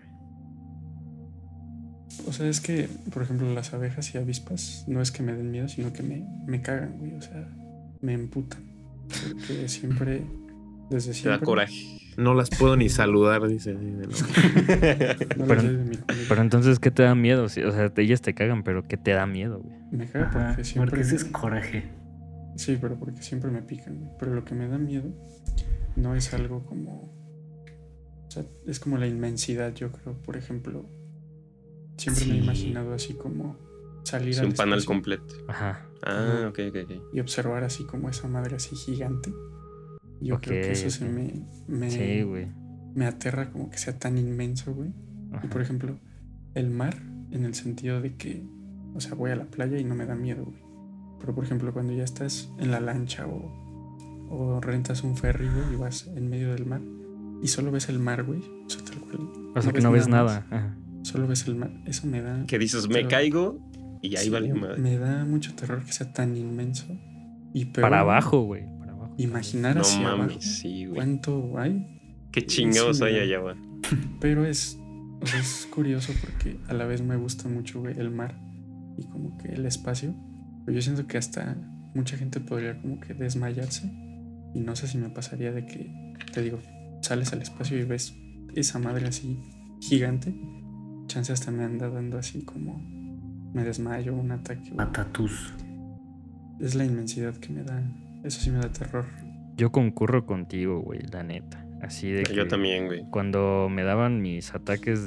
O sea, es que, por ejemplo, las abejas y avispas no es que me den miedo, sino que me cagan, güey. O sea, me emputan. Porque siempre, desde Te siempre... da coraje. No las puedo ni saludar, dice. No. No Pero- las doy de mi colegio. Pero entonces, ¿qué te da miedo? Sí, o sea, ellas te cagan, pero ¿qué te da miedo, güey? Me caga Ajá, porque siempre... porque ese es coraje. Sí, pero porque siempre me pican, güey. Pero lo que me da miedo no es algo como... O sea, es como la inmensidad, yo creo. Por ejemplo, siempre me he Sí. imaginado así como salir Es al un panel espacio completo. Ajá. Ah, ok, ok, ok. y observar así como esa madre así gigante. Yo creo Ok, que eso se ok. me, Sí, güey. me aterra como que sea tan inmenso, güey. Y por ejemplo, el mar, en el sentido de que, o sea, voy a la playa y no me da miedo, güey. Pero por ejemplo, cuando ya estás en la lancha o rentas un ferry, güey, y vas en medio del mar y solo ves el mar, güey. O sea, tal cual. O sea, que no ves nada. más, Ajá. Solo ves el mar. Eso me da... Que dices, me Pero- caigo y ahí sí, valió madre. me da mucho terror que sea tan inmenso. Y peor, Para abajo, güey. Para abajo. imaginar No hacia abajo mames, sí, güey. cuánto hay. Qué chingados Sí, hay güey. allá, güey. Pero es curioso porque a la vez me gusta mucho, güey, el mar y como que el espacio. Pero yo siento que hasta mucha gente podría como que desmayarse. Y no sé si me pasaría de que, te digo, sales al espacio y ves esa madre así gigante. Chance hasta me anda dando así como me desmayo, un ataque, güey. Patatús. Es la inmensidad que me da. Eso sí me da terror. Yo concurro contigo, güey, la neta. Así de que Yo también, güey. cuando me daban mis ataques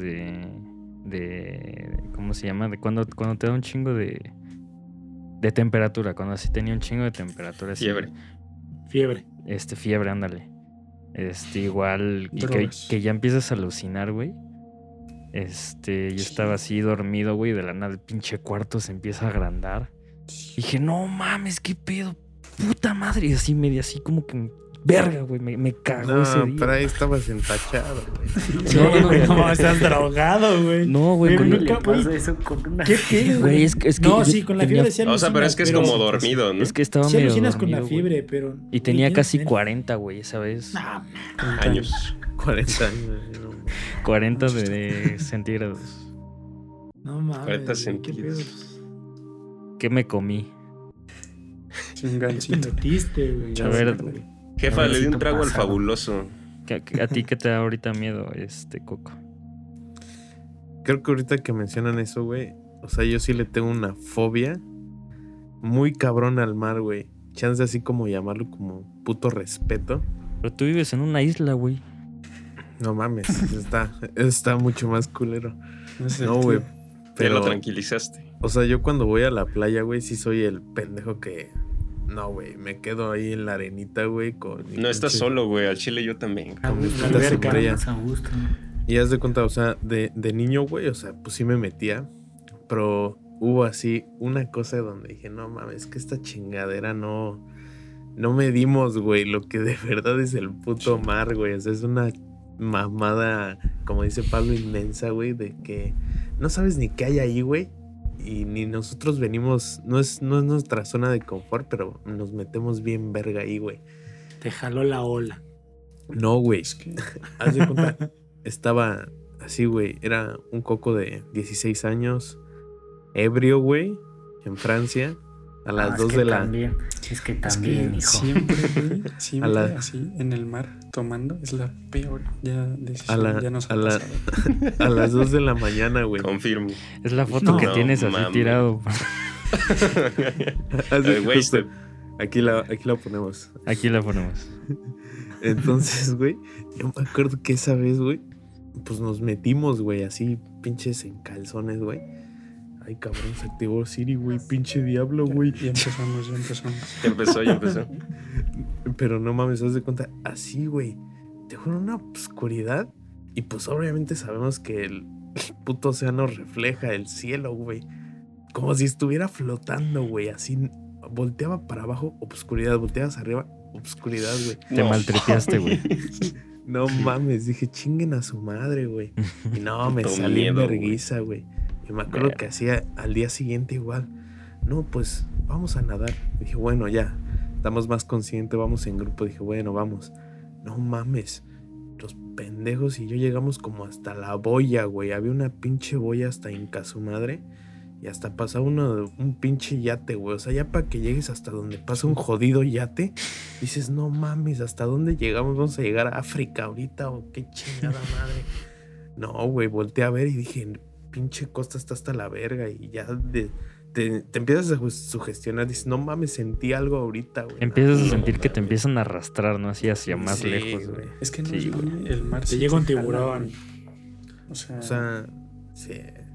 de ¿cómo se llama? De cuando te da un chingo de temperatura, cuando así tenía un chingo de temperatura. Así, Fiebre. Fiebre. Fiebre, ándale. Igual, y que, Drogas. que ya empiezas a alucinar, güey. Yo estaba así dormido, güey, de la nada el pinche cuarto se empieza a agrandar. Dije, no mames, qué pedo, puta madre. Y así medio así como que, verga, güey, me cagó ese No, día. pero ahí estabas entachado, güey. No, estás drogado, güey. No, güey, Güey, con- nunca- ¿Qué pasa eso con una ¿Qué pedo, güey, es que No, yo sí, con la tenía- fiebre sí O sea, pero es que es como alucinas, dormido, ¿no? Es que estaba Sí medio alucinas con la dormido, güey. fiebre, pero... Y tenía güey, casi tienes- 40, güey, esa vez. Nah, Años. 40 años. ¿no? 40 de centígrados. no mames. 40 güey, ¿qué centígrados. pedo? ¿Qué me comí? Sí, un ¿Qué te gancito. metiste, güey? A ver, Jefa, le di un Necesito trago al pasado. fabuloso. ¿A ti qué te da ahorita miedo, Coco? Creo que ahorita que mencionan eso, güey. O sea, yo sí le tengo una fobia muy cabrón al mar, güey. Chance así como llamarlo como puto respeto. Pero tú vives en una isla, güey. No mames, está mucho más culero. es el No, güey. tío. Te lo Pero, tranquilizaste. o sea, yo cuando voy a la playa, güey, sí soy el pendejo que... No, güey, me quedo ahí en la arenita, güey, con... mi No estás pinche- solo, güey. Al chile yo también. A Con mi gusto, puta la alberca. sombrilla. más a gusto. Y haz de cuenta, o sea, de niño, güey, o sea, pues sí me metía, pero hubo así una cosa donde dije, no mames, que esta chingadera no medimos, güey, lo que de verdad es el puto mar, güey. O sea, es una mamada, como dice Pablo, inmensa, güey, de que no sabes ni qué hay ahí, güey. y ni nosotros venimos, no es nuestra zona de confort, pero nos metemos bien verga ahí, güey. Te jaló la ola. No, güey. Es que Haz de cuenta, estaba así, güey. Era un coco de 16 años, ebrio, güey, en Francia, a las 2 de la... También, es que también, hijo. siempre, güey, siempre A la- así en el mar tomando es la peor decisión. A la- ya nos ha a la- pasado. A las 2 de la mañana, güey. Confirmo. Es la foto No, que tienes así mames. tirado. Así, Wasted. justo. Aquí la ponemos. Aquí la ponemos. Entonces, güey, yo me acuerdo que esa vez, güey, pues nos metimos, güey, así pinches en calzones, güey. Ay, cabrón, se activó Siri, güey, pinche diablo, güey. Ya empezamos. Ya empezó. Pero no mames, haz de cuenta, así, güey. Te juro, una oscuridad. Y pues obviamente sabemos que el puto océano refleja el cielo, güey. Como si estuviera flotando, güey. Así, volteaba para abajo, obscuridad. Volteabas arriba, obscuridad, güey. Te maltripeaste, güey. No mames, dije, chinguen a su madre, güey. Y no, me Puto salí en miedo, vergüenza, güey. Y me acuerdo que hacía al día siguiente igual. No, pues vamos a nadar. Dije, bueno, ya, estamos más conscientes, vamos en grupo. Dije, bueno, vamos. No mames, los pendejos y yo llegamos como hasta la boya, güey. Había una pinche boya hasta Inca su madre. Y hasta pasaba un pinche yate, güey. O sea, ya para que llegues hasta donde pasa un jodido yate, dices, no mames, ¿hasta dónde llegamos? ¿Vamos a llegar a África ahorita o qué chingada madre? No, güey, volteé a ver y dije, pinche costa está hasta la verga. Y ya te empiezas a sugestionar, dices, no mames, sentí algo ahorita, güey. Empiezas a No, sentir no que te mames. empiezan a arrastrar, ¿no? Así hacia más Sí, lejos, güey. Es que no Sí, es güey. güey, el mar. Te sí llega un te jala, tiburón. güey. O sea, O sea, sí.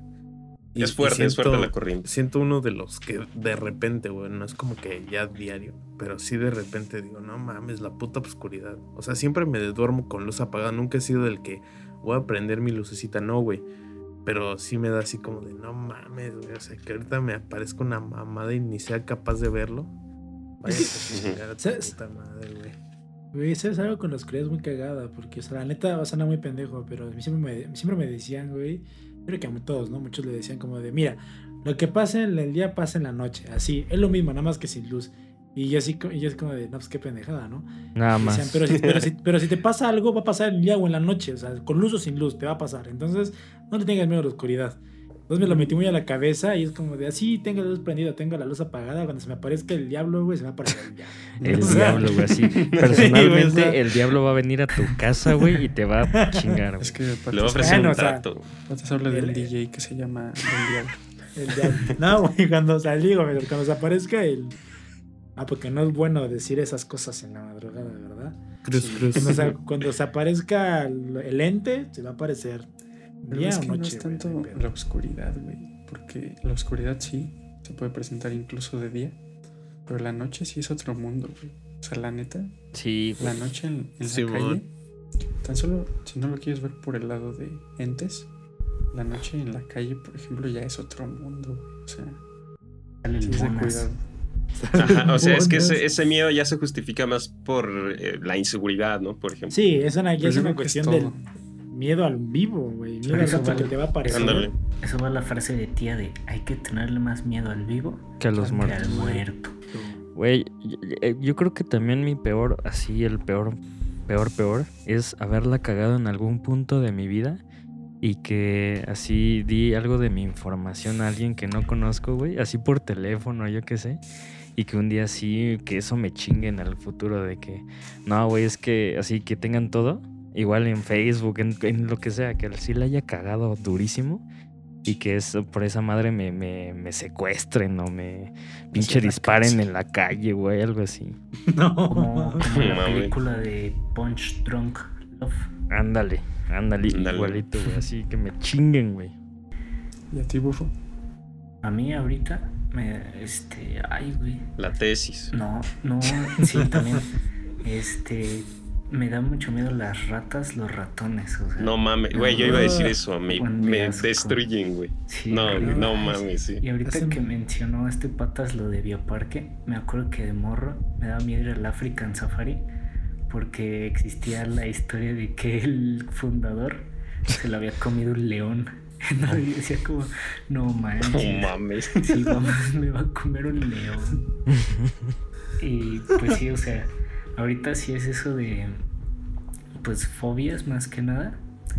Es fuerte la corriente. Siento uno de los que de repente, güey, no es como que ya diario, pero sí de repente digo, no mames, la puta oscuridad. O sea, siempre me duermo con luz apagada, nunca he sido del que voy a prender mi lucecita, no, güey. Pero sí me da así como de, no mames, güey, o sea, que ahorita me aparezca una mamada y ni sea capaz de verlo. Vaya a chingar a tu ¿Sabes? puta madre, güey. Güey, ¿sabes algo con la oscuridad? Es muy cagada, porque, o sea, la neta va a sonar muy pendejo, pero a mí siempre me decían, güey, creo que a todos, ¿no? Muchos le decían como de, mira, lo que pasa en el día pasa en la noche, así, es lo mismo, nada más que sin luz. Y yo así es como de, no, pues qué pendejada, ¿no? Nada Y decían, más. pero si te pasa algo, va a pasar en el día o en la noche, o sea, con luz o sin luz, te va a pasar. Entonces, no le tengas miedo a la oscuridad. Entonces me lo metí muy a la cabeza y es como de, así, tengo la luz prendida, tengo la luz apagada, cuando se me aparezca el diablo, güey, se me aparece el diablo. El O sea, diablo, güey, así. Personalmente, o sea. el diablo va a venir a tu casa, güey, y te va a chingar, güey. es que Le voy a Patas ofrecer Bueno, un o sea, trato. habla de un el- DJ que se llama Don Diablo. El diablo. No, güey, cuando digo, güey, cuando se aparezca el... Ah, porque no es bueno decir esas cosas en la madrugada, ¿verdad? Cruz, Sí. cruz. Cuando se aparezca el ente, se va a aparecer Pero día es o que no noche, es güey, tanto no hay pedo. la oscuridad, güey. Porque la oscuridad sí se puede presentar incluso de día. Pero la noche sí es otro mundo, güey. O sea, la neta, Sí, la güey. noche en la Simón. calle, tan solo si no lo quieres ver por el lado de entes, la noche en la calle, por ejemplo, ya es otro mundo, güey. O sea, Sale el sí es de monas. cuidado. Ajá, o sea, es que Monas. ese miedo ya se justifica más por la inseguridad, ¿no? Por ejemplo. Sí, ya Pero es yo una creo que es cuestión todo. del miedo al vivo, güey. Miedo Pero al eso rato vale. que te va a aparecer. Ándale. Eso va la frase de tía de, hay que tenerle más miedo al vivo Que a los que muertos. al muerto. Güey, yo creo que también mi peor, así el peor, es haberla cagado en algún punto de mi vida y que así di algo de mi información a alguien que no conozco, güey, así por teléfono, yo qué sé, y que un día así, que eso me chingue en el futuro de que, no, güey, es que así que tengan todo, igual en Facebook, en lo que sea, que sí la haya cagado durísimo. Y que eso, por esa madre me secuestren o me pinche en la disparen cárcel. en la calle, güey, algo así. No. Como la Mames. película de Punch Drunk Love. Ándale, Ándale. igualito, güey, así que me chinguen, güey. ¿Y a ti, Bufo? A mí ahorita ay, güey. La tesis. No, sí, también. Me da mucho miedo las ratas, los ratones, o sea. No mames, güey, yo iba a decir eso. Me Qué asco. destruyen, güey. Sí, No, güey. no mames, sí. Y ahorita Hacen- que mencionó patas lo de Bioparque, me acuerdo que de morro me daba miedo ir al African Safari porque existía la historia de que el fundador se lo había comido un león. No, y decía como, no No manches, mames. sí, vamos, me va a comer un león. Y pues sí, o sea, ahorita sí es eso de, pues, fobias más que nada.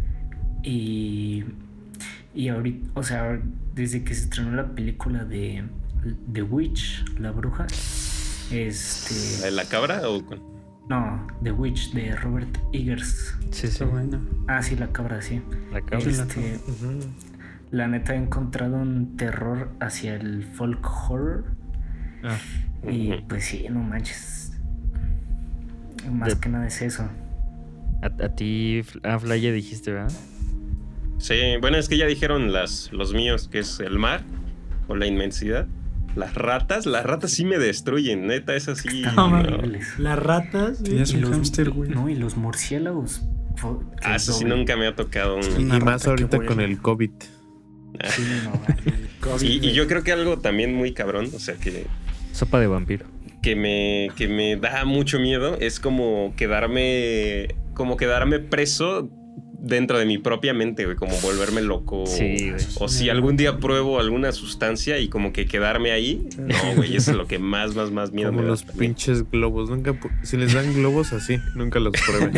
Y ahorita, o sea, desde que se estrenó la película de The Witch, la bruja, ¿La de la cabra o cuál? no, The Witch de Robert Eggers. Sí, sí. Está buena. Ah, sí, la cabra, sí. La cabra. La neta he encontrado un terror hacia el folk horror. Ah, Y Ujú. pues sí, no manches. Más que nada es eso. a ti, Flaya, dijiste, ¿verdad? Sí, bueno, es que ya dijeron los míos, que es el mar o la inmensidad. Las ratas sí me destruyen, neta, es así. Están No, horribles. Las ratas, güey. Tenías Y un los- hámster, güey. No, y los murciélagos. Ah, eso sí doble. nunca me ha tocado. Es Y una más rata ahorita que con vuela. el COVID. Sí, no, COVID, Y güey. yo creo que algo también muy cabrón, o sea, Sopa de vampiro. que me da mucho miedo es como quedarme preso dentro de mi propia mente, güey, como volverme loco. Sí, güey. O si algún día pruebo alguna sustancia y como que quedarme ahí, no, güey, eso es lo que más miedo Como me da. los también. pinches globos. Si les dan globos así, nunca los prueben.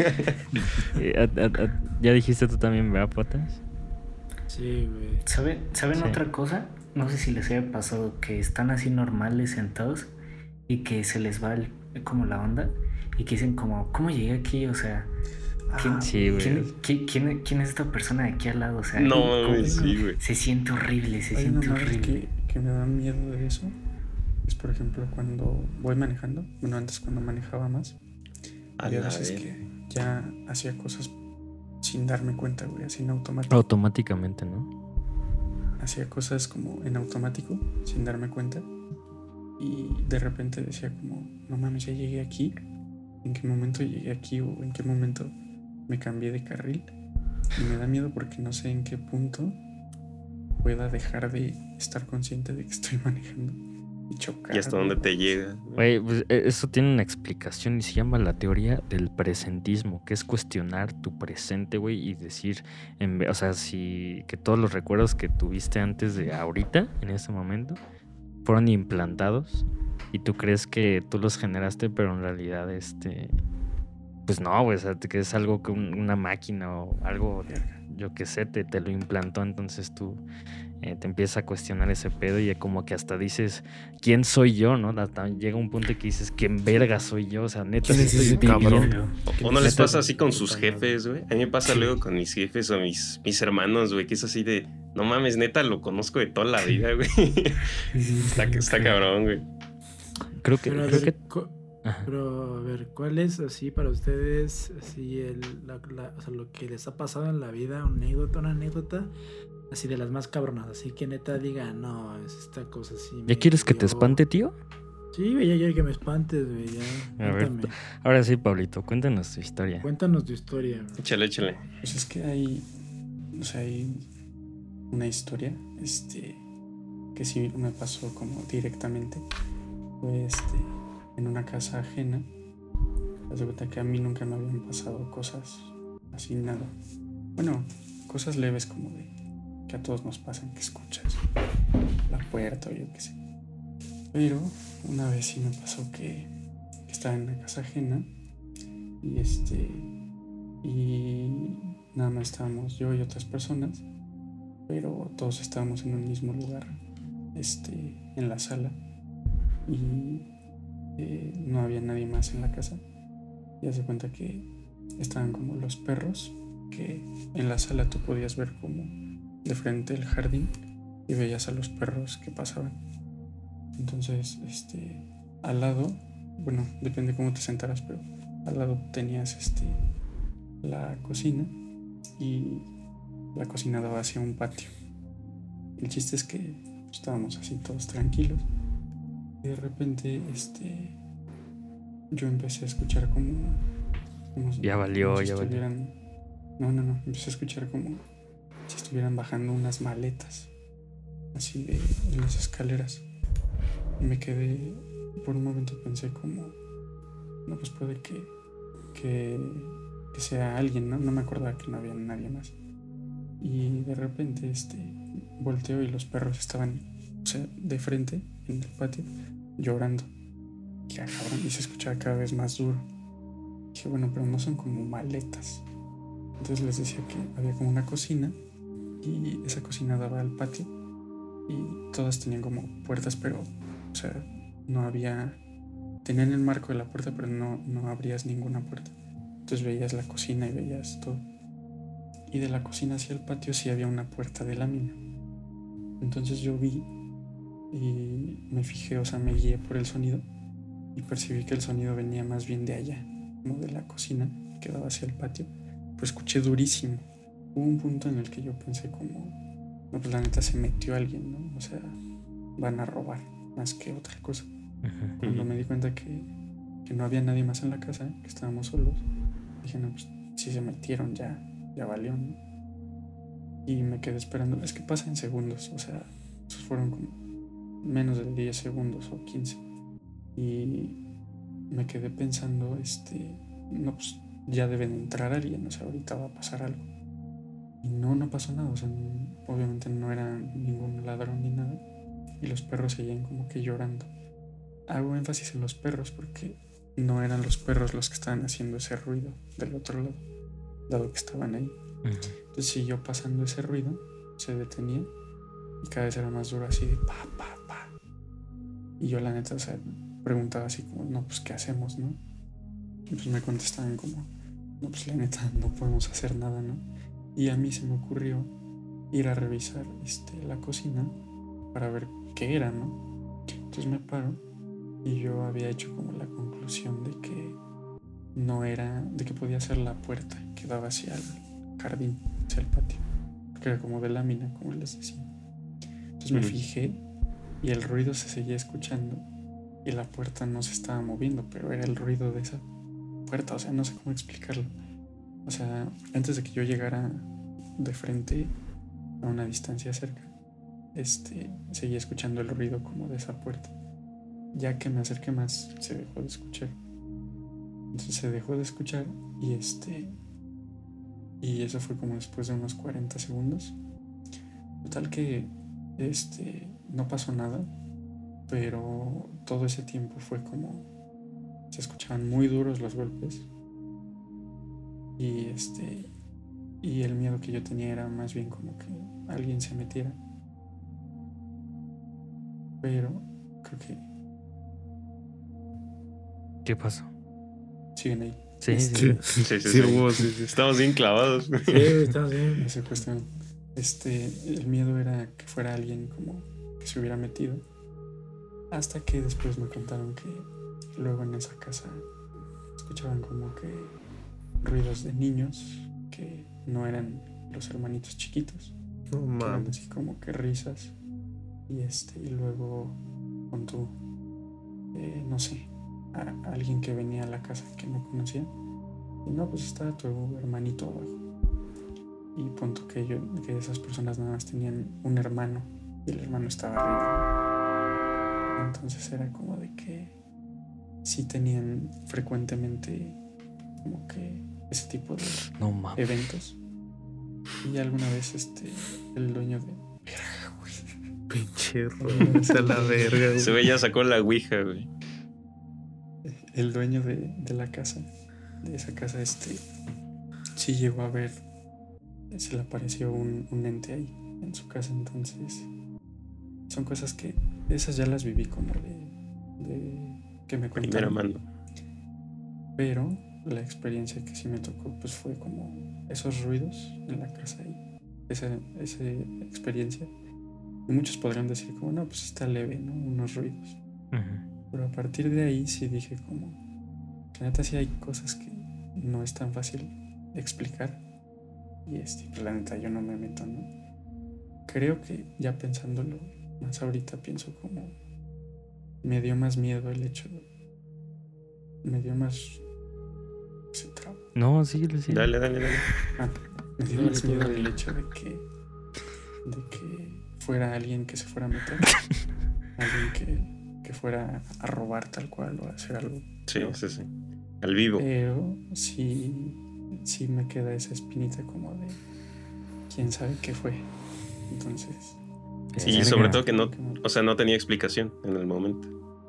¿Ya dijiste tú también, ¿verdad, Patas? Sí, güey. ¿Saben Sí. otra cosa? No sé si les haya pasado que están así normales sentados y que se les va como la onda y que dicen como, ¿cómo llegué aquí? O sea, ¿quién, Sí, güey. quién es esta persona de aquí al lado? O sea, No, ¿cómo- güey, sí, güey. se siente horrible, se Hay una siente madre horrible. que me da miedo de eso. Es, por ejemplo, cuando voy manejando. Bueno, antes cuando manejaba más. A Había la veces verga. que ya hacía cosas sin darme cuenta, güey, así en automático. Automáticamente, ¿no? Hacía cosas como en automático, sin darme cuenta. Y de repente decía como, no mames, ya llegué aquí. ¿En qué momento llegué aquí? ¿O en qué momento me cambié de carril? Y me da miedo porque no sé en qué punto pueda dejar de estar consciente de que estoy manejando y chocar. Y hasta dónde te llega. Güey, pues, eso tiene una explicación y se llama la teoría del presentismo, que es cuestionar tu presente, güey, y decir, o sea, que todos los recuerdos que tuviste antes de ahorita, en ese momento, fueron implantados y tú crees que tú los generaste, pero en realidad, pues no, güey, o sea, que es algo que una máquina o algo, yo qué sé, te lo implantó, entonces tú te empiezas a cuestionar ese pedo y como que hasta dices, ¿quién soy yo? ¿No? Hasta llega un punto que dices, ¿quién verga soy yo? O sea, neta, ¿Quién es sí ese estoy cabrón? viviendo. O no les Neta, pasa así con sus jefes, güey. A mí me pasa luego con mis jefes o mis hermanos, güey, que es así de, no mames, neta, lo conozco de toda la vida, güey. Está cabrón, güey. Creo que... Pero a creo ver, que- Ajá. pero a ver, ¿cuál es así para ustedes así o sea, lo que les ha pasado en la vida, una anécdota así de las más cabronas, así que neta diga, no, es esta cosa así. ¿Ya quieres que te dio- espante, tío? Sí, güey, ya quiero que me espantes, güey, ya. A ver, Cuéntame. ahora sí, Pablito, cuéntanos tu historia. Cuéntanos tu historia, güey. Échale. Pues es que hay una historia, que sí me pasó como directamente. Fue en una casa ajena. Haz de cuenta que a mí nunca me habían pasado cosas así, nada. Bueno, cosas leves como de que a todos nos pasan, que escuchas la puerta o yo qué sé. Pero una vez sí me pasó que estaba en una casa ajena y y nada más estábamos yo y otras personas, pero todos estábamos en un mismo lugar, en la sala, y no había nadie más en la casa. Y haz de cuenta que estaban como los perros, que en la sala tú podías ver como de frente el jardín y veías a los perros que pasaban. Entonces, al lado, bueno, depende cómo te sentaras, pero al lado tenías la cocina y la cocina daba hacia un patio. El chiste es que estábamos así todos tranquilos y de repente yo empecé a escuchar como Ya valió, como si ya valió. estuvieran, no, empecé a escuchar como si estuvieran bajando unas maletas así de las escaleras y me quedé, por un momento pensé como, no, pues puede que sea alguien, ¿no? No me acordaba que no había nadie más. Y de repente volteo y los perros estaban, o sea, de frente en el patio llorando. Y cabrón, y se escuchaba cada vez más duro. Dije, bueno, pero no son como maletas. Entonces les decía que había como una cocina y esa cocina daba al patio y todas tenían como puertas, pero, o sea, no había... Tenían el marco de la puerta, pero no abrías ninguna puerta. Entonces veías la cocina y veías todo. Y de la cocina hacia el patio sí había una puerta de lámina. Entonces yo vi y me fijé, o sea, me guié por el sonido y percibí que el sonido venía más bien de allá, como de la cocina que daba hacia el patio. Pero escuché durísimo. Hubo un punto en el que yo pensé como, no, pues la neta se metió alguien, ¿no? O sea, van a robar más que otra cosa. Cuando me di cuenta que no había nadie más en la casa, que estábamos solos, dije, no, pues si se metieron ya valió, ¿no? Y me quedé esperando. Es que pasa en segundos, o sea, esos fueron como menos de 10 segundos o 15. Y me quedé pensando, no, pues ya deben entrar alguien, o sea, ahorita va a pasar algo. Y no pasó nada, o sea, obviamente no era ningún ladrón ni nada. Y los perros seguían como que llorando. Hago énfasis en los perros porque no eran los perros los que estaban haciendo ese ruido del otro lado, dado que estaban ahí. Entonces siguió pasando ese ruido, se detenía y cada vez era más duro, así de pa, pa, pa. Y yo la neta, o sea, preguntaba así como, no, pues ¿qué hacemos, no? Y pues me contestaban como, no, pues la neta no podemos hacer nada, ¿no? Y a mí se me ocurrió ir a revisar la cocina para ver qué era, ¿no? Entonces me paro y yo había hecho como la conclusión de que no era, de que podía ser la puerta que daba hacia el jardín, hacia el patio, porque era como de lámina, como les decía. Entonces me fijé y el ruido se seguía escuchando y la puerta no se estaba moviendo, pero era el ruido de esa puerta, o sea, no sé cómo explicarlo. O sea, antes de que yo llegara de frente a una distancia cerca, seguía escuchando el ruido como de esa puerta. Ya que me acerqué más, se dejó de escuchar. Entonces se dejó de escuchar y eso fue como después de unos 40 segundos. Total que no pasó nada, pero todo ese tiempo fue como se escuchaban muy duros los golpes y el miedo que yo tenía era más bien como que alguien se metiera. Pero creo que ¿qué pasó? siguen ahí. Sí. Sí. Estamos bien clavados. Sí, estamos bien. Esa cuestión. El miedo era que fuera alguien como que se hubiera metido. Hasta que después me contaron que luego en esa casa escuchaban como que ruidos de niños que no eran los hermanitos chiquitos. No mames. Así como que risas. Y luego con tu, no sé, a alguien que venía a la casa que no conocía. Y no, pues estaba tu hermanito abajo. Y punto que esas personas nada más tenían un hermano y el hermano estaba arriba. Entonces era como de que sí tenían frecuentemente como que ese tipo de eventos. Y alguna vez el dueño de... Pinche rollo, la verga, güey. Se ve, ya sacó la ouija, güey. El dueño de la casa, de esa casa, sí llegó a ver, se le apareció un ente ahí en su casa. Entonces son cosas que esas ya las viví como de que me contaron. Primera mano. Pero la experiencia que sí me tocó pues fue como esos ruidos en la casa y esa experiencia. Y muchos podrían decir como, no, pues está leve, ¿no? Unos ruidos. Pero a partir de ahí sí dije como, que neta sí hay cosas que no es tan fácil de explicar. Y pues la neta yo no me meto, ¿no? Creo que ya pensándolo más ahorita pienso como, me dio más miedo el hecho de, me dio más... ¿Se traba? No, sí. Dale. Me dio más miedo el hecho de que fuera alguien que se fuera a meter, alguien que fuera a robar tal cual o a hacer algo. Sí. Al vivo. Pero sí me queda esa espinita como de quién sabe qué fue. Entonces, Y sobre todo que no, o sea, no tenía explicación en el momento.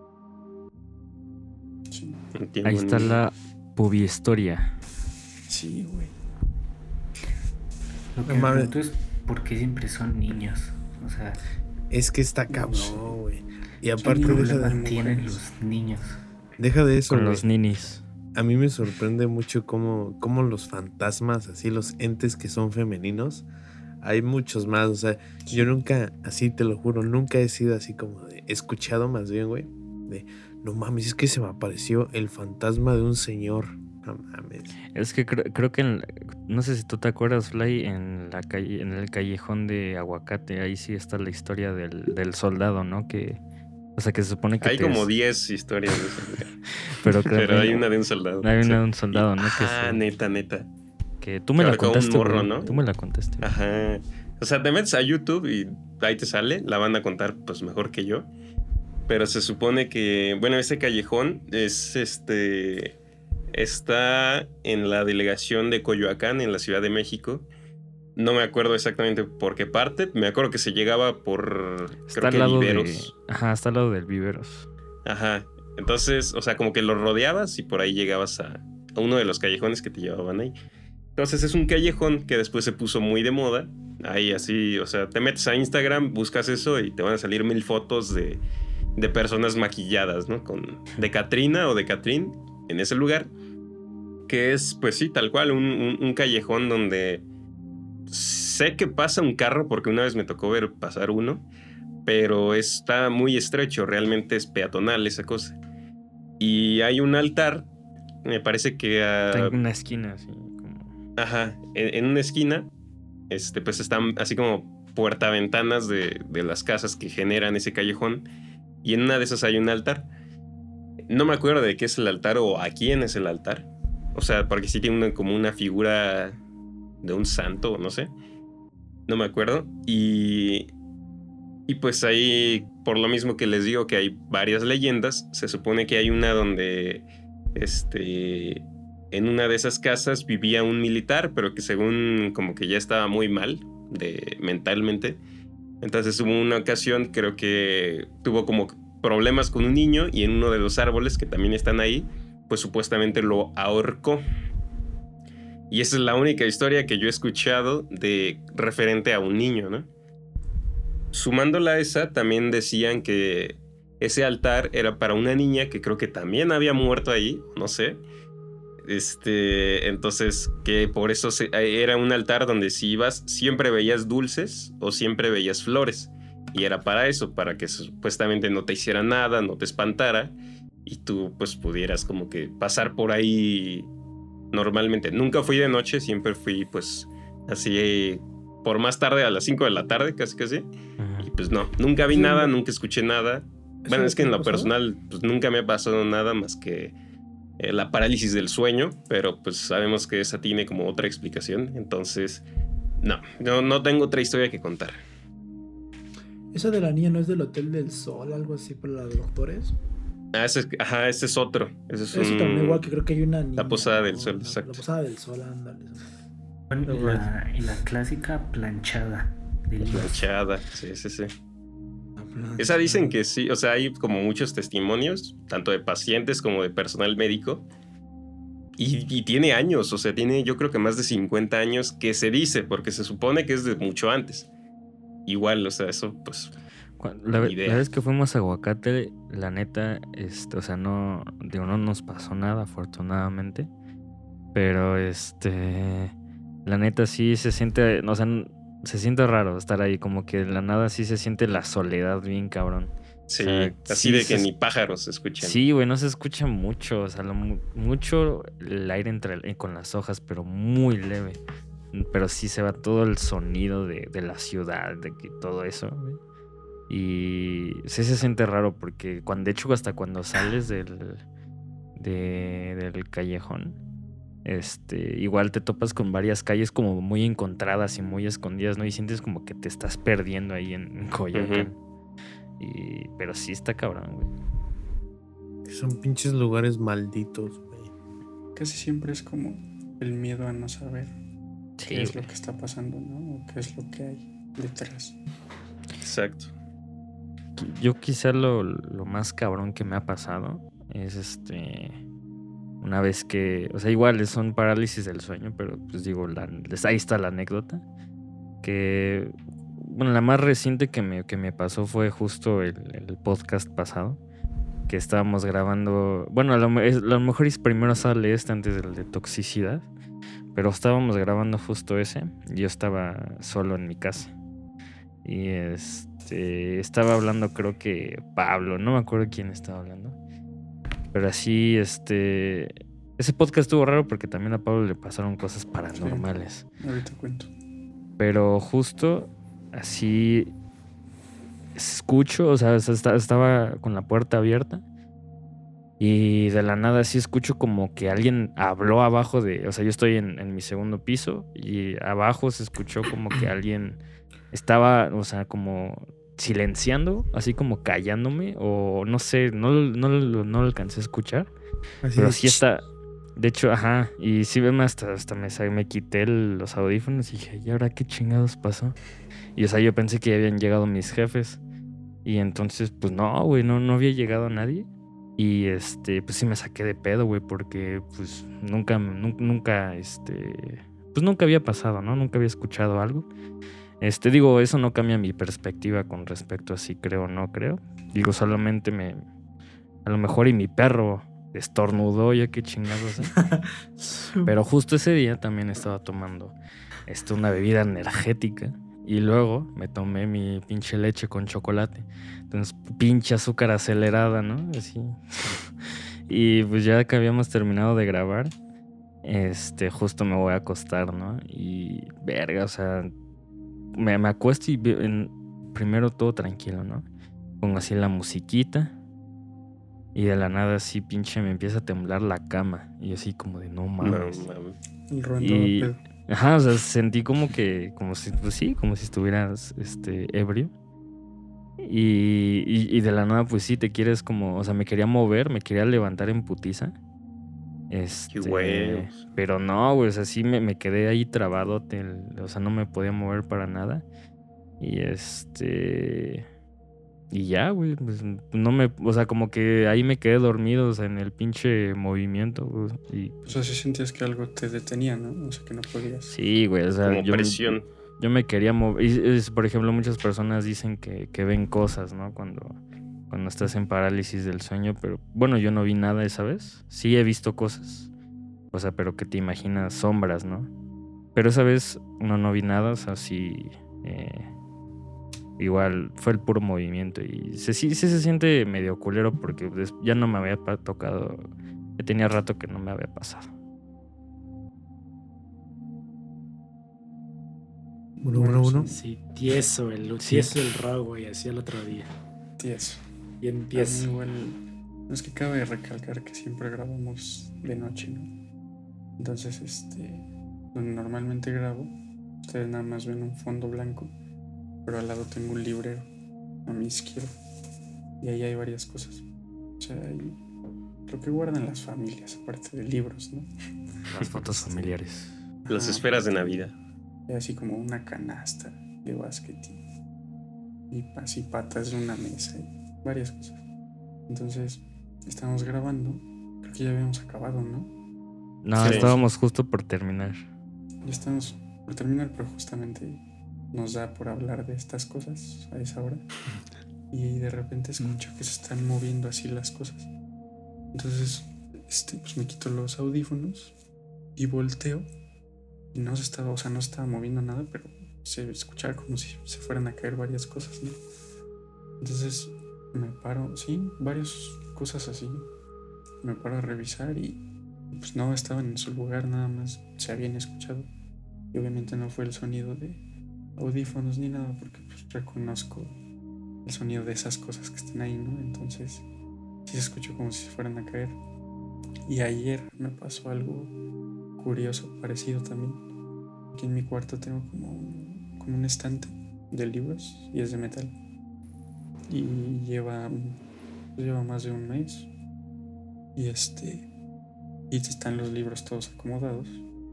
sí, Entiendo Ahí está ni- la pubiestoria. sí, güey. Lo que No me mames. pregunto es por qué siempre son niños. O sea, Es que está No cabrón, sé. güey. Y ¿qué aparte, niños deja problema de tienen mujeres? los niños. de eso, Con güey. los ninis. A mí me sorprende mucho cómo los fantasmas, así los entes que son femeninos, hay muchos más. O sea, yo nunca, así te lo juro, nunca he sido así como de, escuchado más bien, güey, de, no mames, es que se me apareció el fantasma de un señor. No mames. Es que creo que no sé si tú te acuerdas, Fly, en la calle, en el callejón de Aguacate, ahí sí está la historia del soldado, ¿no? Que, o sea, que se supone que Hay como 10 historias de eso. pero Pero hay una de un soldado. Hay una Sí. de un soldado, ¿no? Ah, neta. Que tú me la ahorcó un contaste, morro, güey. ¿no? Tú me la contaste. Ajá. O sea, te metes a YouTube y ahí te sale. La van a contar pues mejor que yo. Pero se supone que, bueno, ese callejón es está en la delegación de Coyoacán, en la Ciudad de México. No me acuerdo exactamente por qué parte. Me acuerdo que se llegaba por, Está creo al que lado Viveros. Ajá, está al lado del Viveros. Ajá. Entonces, o sea, como que lo rodeabas y por ahí llegabas a uno de los callejones que te llevaban ahí. Entonces es un callejón que después se puso muy de moda. Ahí así, o sea, te metes a Instagram, buscas eso y te van a salir 1000 fotos de personas maquilladas, ¿no? De Catrina o de Catrín en ese lugar. Que es, pues sí, tal cual, un callejón donde sé que pasa un carro porque una vez me tocó ver pasar uno, pero está muy estrecho, realmente es peatonal esa cosa. Y hay un altar, me parece que Está en una esquina, así como. ajá, en una esquina, pues están así como puertaventanas de las casas que generan ese callejón, y en una de esas hay un altar. No me acuerdo de qué es el altar o a quién es el altar. O sea, porque sí tiene como una figura de un santo, no sé. No me acuerdo. Y pues ahí, por lo mismo que les digo que hay varias leyendas, se supone que hay una donde en una de esas casas vivía un militar, pero que según como que ya estaba muy mal mentalmente. Entonces hubo una ocasión, creo que tuvo como problemas con un niño y en uno de los árboles que también están ahí, pues supuestamente lo ahorcó. Y esa es la única historia que yo he escuchado de referente a un niño, ¿no? Sumándola a esa, también decían que ese altar era para una niña que creo que también había muerto ahí, no sé. Entonces, que por eso era un altar donde si ibas siempre veías dulces o siempre veías flores. Y era para eso, para que supuestamente no te hiciera nada, no te espantara y tú pues pudieras como que pasar por ahí normalmente. Nunca fui de noche, siempre fui pues así por más tarde, a las 5 de la tarde, casi. Ajá. Y pues no, nunca vi Sí, nada, no. nunca escuché nada. ¿Eso Bueno, de es que qué en lo pasó? personal pues nunca me ha pasado nada más que la parálisis del sueño, pero pues sabemos que esa tiene como otra explicación. Entonces, no tengo otra historia que contar. Esa de la niña no es del Hotel del Sol, algo así, por la de doctores. Ese es otro. Ese es Eso también igual que creo que hay una niña. La Posada del ¿no? Sol, La exacto. Posada del Sol, ándale. Bueno, y la clásica planchada de La libros. planchada, sí. Esa dicen que sí, o sea, hay como muchos testimonios, tanto de pacientes como de personal médico. Y tiene años, o sea, tiene yo creo que más de 50 años que se dice, porque se supone que es de mucho antes. Igual, o sea, eso pues... La idea. vez que fuimos a Aguacate, la neta, o sea, no nos pasó nada, afortunadamente. Pero la neta sí se siente, o sea, se siente raro estar ahí, como que de la nada sí se siente la soledad bien cabrón. Sí, O sea, así sí de que ni pájaros se escuchan. Sí, güey, no se escucha mucho, o sea, mucho el aire con las hojas, pero muy leve. Pero sí se va todo el sonido de la ciudad, de que todo eso, güey. Y sí se siente raro porque de hecho hasta cuando sales del callejón, igual te topas con varias calles como muy encontradas y muy escondidas, ¿no? Y sientes como que te estás perdiendo ahí en Coyoacán. Pero sí está cabrón, güey. Son pinches lugares malditos, güey. Casi siempre es como el miedo a no saber qué es lo que está pasando, ¿no? O qué es lo que hay detrás. Exacto. Yo quizá lo más cabrón que me ha pasado es una vez que, o sea, igual son parálisis del sueño, pero pues digo, ahí está la anécdota. Que, bueno, la más reciente que me pasó fue justo el podcast pasado, que estábamos grabando, bueno, a lo mejor primero sale antes del de toxicidad, pero estábamos grabando justo ese, y yo estaba solo en mi casa. Y estaba hablando, creo que Pablo, no me acuerdo quién estaba hablando. Pero así, ese podcast estuvo raro porque también a Pablo le pasaron cosas paranormales. Sí, ahorita cuento. Pero justo así escucho, o sea, estaba con la puerta abierta y de la nada así escucho como que alguien habló abajo o sea, yo estoy en mi segundo piso y abajo se escuchó como que alguien estaba, o sea, como silenciando, así como callándome, o no sé, no lo alcancé a escuchar, Así pero de sí está, de hecho, ajá, y sí hasta me quité los audífonos y dije, ¿y ahora qué chingados pasó? Y o sea, yo pensé que ya habían llegado mis jefes, y entonces, pues no, güey, no había llegado nadie, y pues sí me saqué de pedo, güey, porque pues nunca, pues nunca había pasado, ¿no? Nunca había escuchado algo. Digo, eso no cambia mi perspectiva con respecto a si creo o no creo. Digo, solamente a lo mejor y mi perro estornudó, ya qué chingados, ¿eh? Pero justo ese día también estaba tomando una bebida energética y luego me tomé mi pinche leche con chocolate. Entonces, pinche azúcar acelerada, ¿no? Así. Y pues ya que habíamos terminado de grabar, justo me voy a acostar, ¿no? Y verga, o sea, me acuesto y primero todo tranquilo, ¿no? Pongo así la musiquita y de la nada así pinche me empieza a temblar la cama y así como de no mames. No, mames. El Rubén todo Y pedo. ajá, o sea, sentí como si, pues sí, como si estuvieras ebrio. Y de la nada, pues sí, te quieres como, o sea, me quería mover, me quería levantar en putiza. Qué huevos. Pero no, güey, o sea, sí me quedé ahí trabado, o sea, no me podía mover para nada. Y y ya, güey, pues o sea, como que ahí me quedé dormido, o sea, en el pinche movimiento, güey, y O sea, sí sentías que algo te detenía, ¿no? O sea, que no podías. sí, güey, o sea, Como presión. yo me quería mover. Por ejemplo, muchas personas dicen que ven cosas, ¿no? Cuando estás en parálisis del sueño, pero bueno, yo no vi nada esa vez. Sí he visto cosas, o sea, pero que te imaginas sombras, ¿no? Pero esa vez no vi nada, o sea, sí, igual fue el puro movimiento y sí se siente medio culero porque ya no me había tocado, ya tenía rato que no me había pasado. Uno. Sí, tieso el rock, güey, así el otro día. Tieso. Bien A mí tieso. igual, no es que cabe recalcar que siempre grabamos de noche, ¿no? Entonces, donde normalmente grabo, ustedes nada más ven un fondo blanco, pero al lado tengo un librero a mi izquierda y ahí hay varias cosas. O sea, lo que guardan las familias, aparte de libros, ¿no? Las fotos familiares. Las esferas de Navidad. Y así como una canasta de básquet y así patas de una mesa y varias cosas. Entonces, estamos grabando, creo que ya habíamos acabado, ¿no? No, Sí. estábamos justo por terminar. Ya estamos por terminar, pero justamente nos da por hablar de estas cosas a esa hora. Y de repente escucho que se están moviendo así las cosas. Entonces, pues me quito los audífonos y volteo. Y no estaba moviendo nada, pero se escuchaba como si se fueran a caer varias cosas, ¿no? Entonces me paro, sí, varias cosas así. Me paro a revisar y pues no estaban en su lugar, nada más se habían escuchado. Y obviamente no fue el sonido de audífonos ni nada, porque pues reconozco el sonido de esas cosas que están ahí, ¿no? Entonces sí se escuchó como si se fueran a caer. Y ayer me pasó algo curioso, parecido también. Aquí en mi cuarto tengo como un estante de libros y es de metal. Y lleva más de un mes. Y están los libros todos acomodados.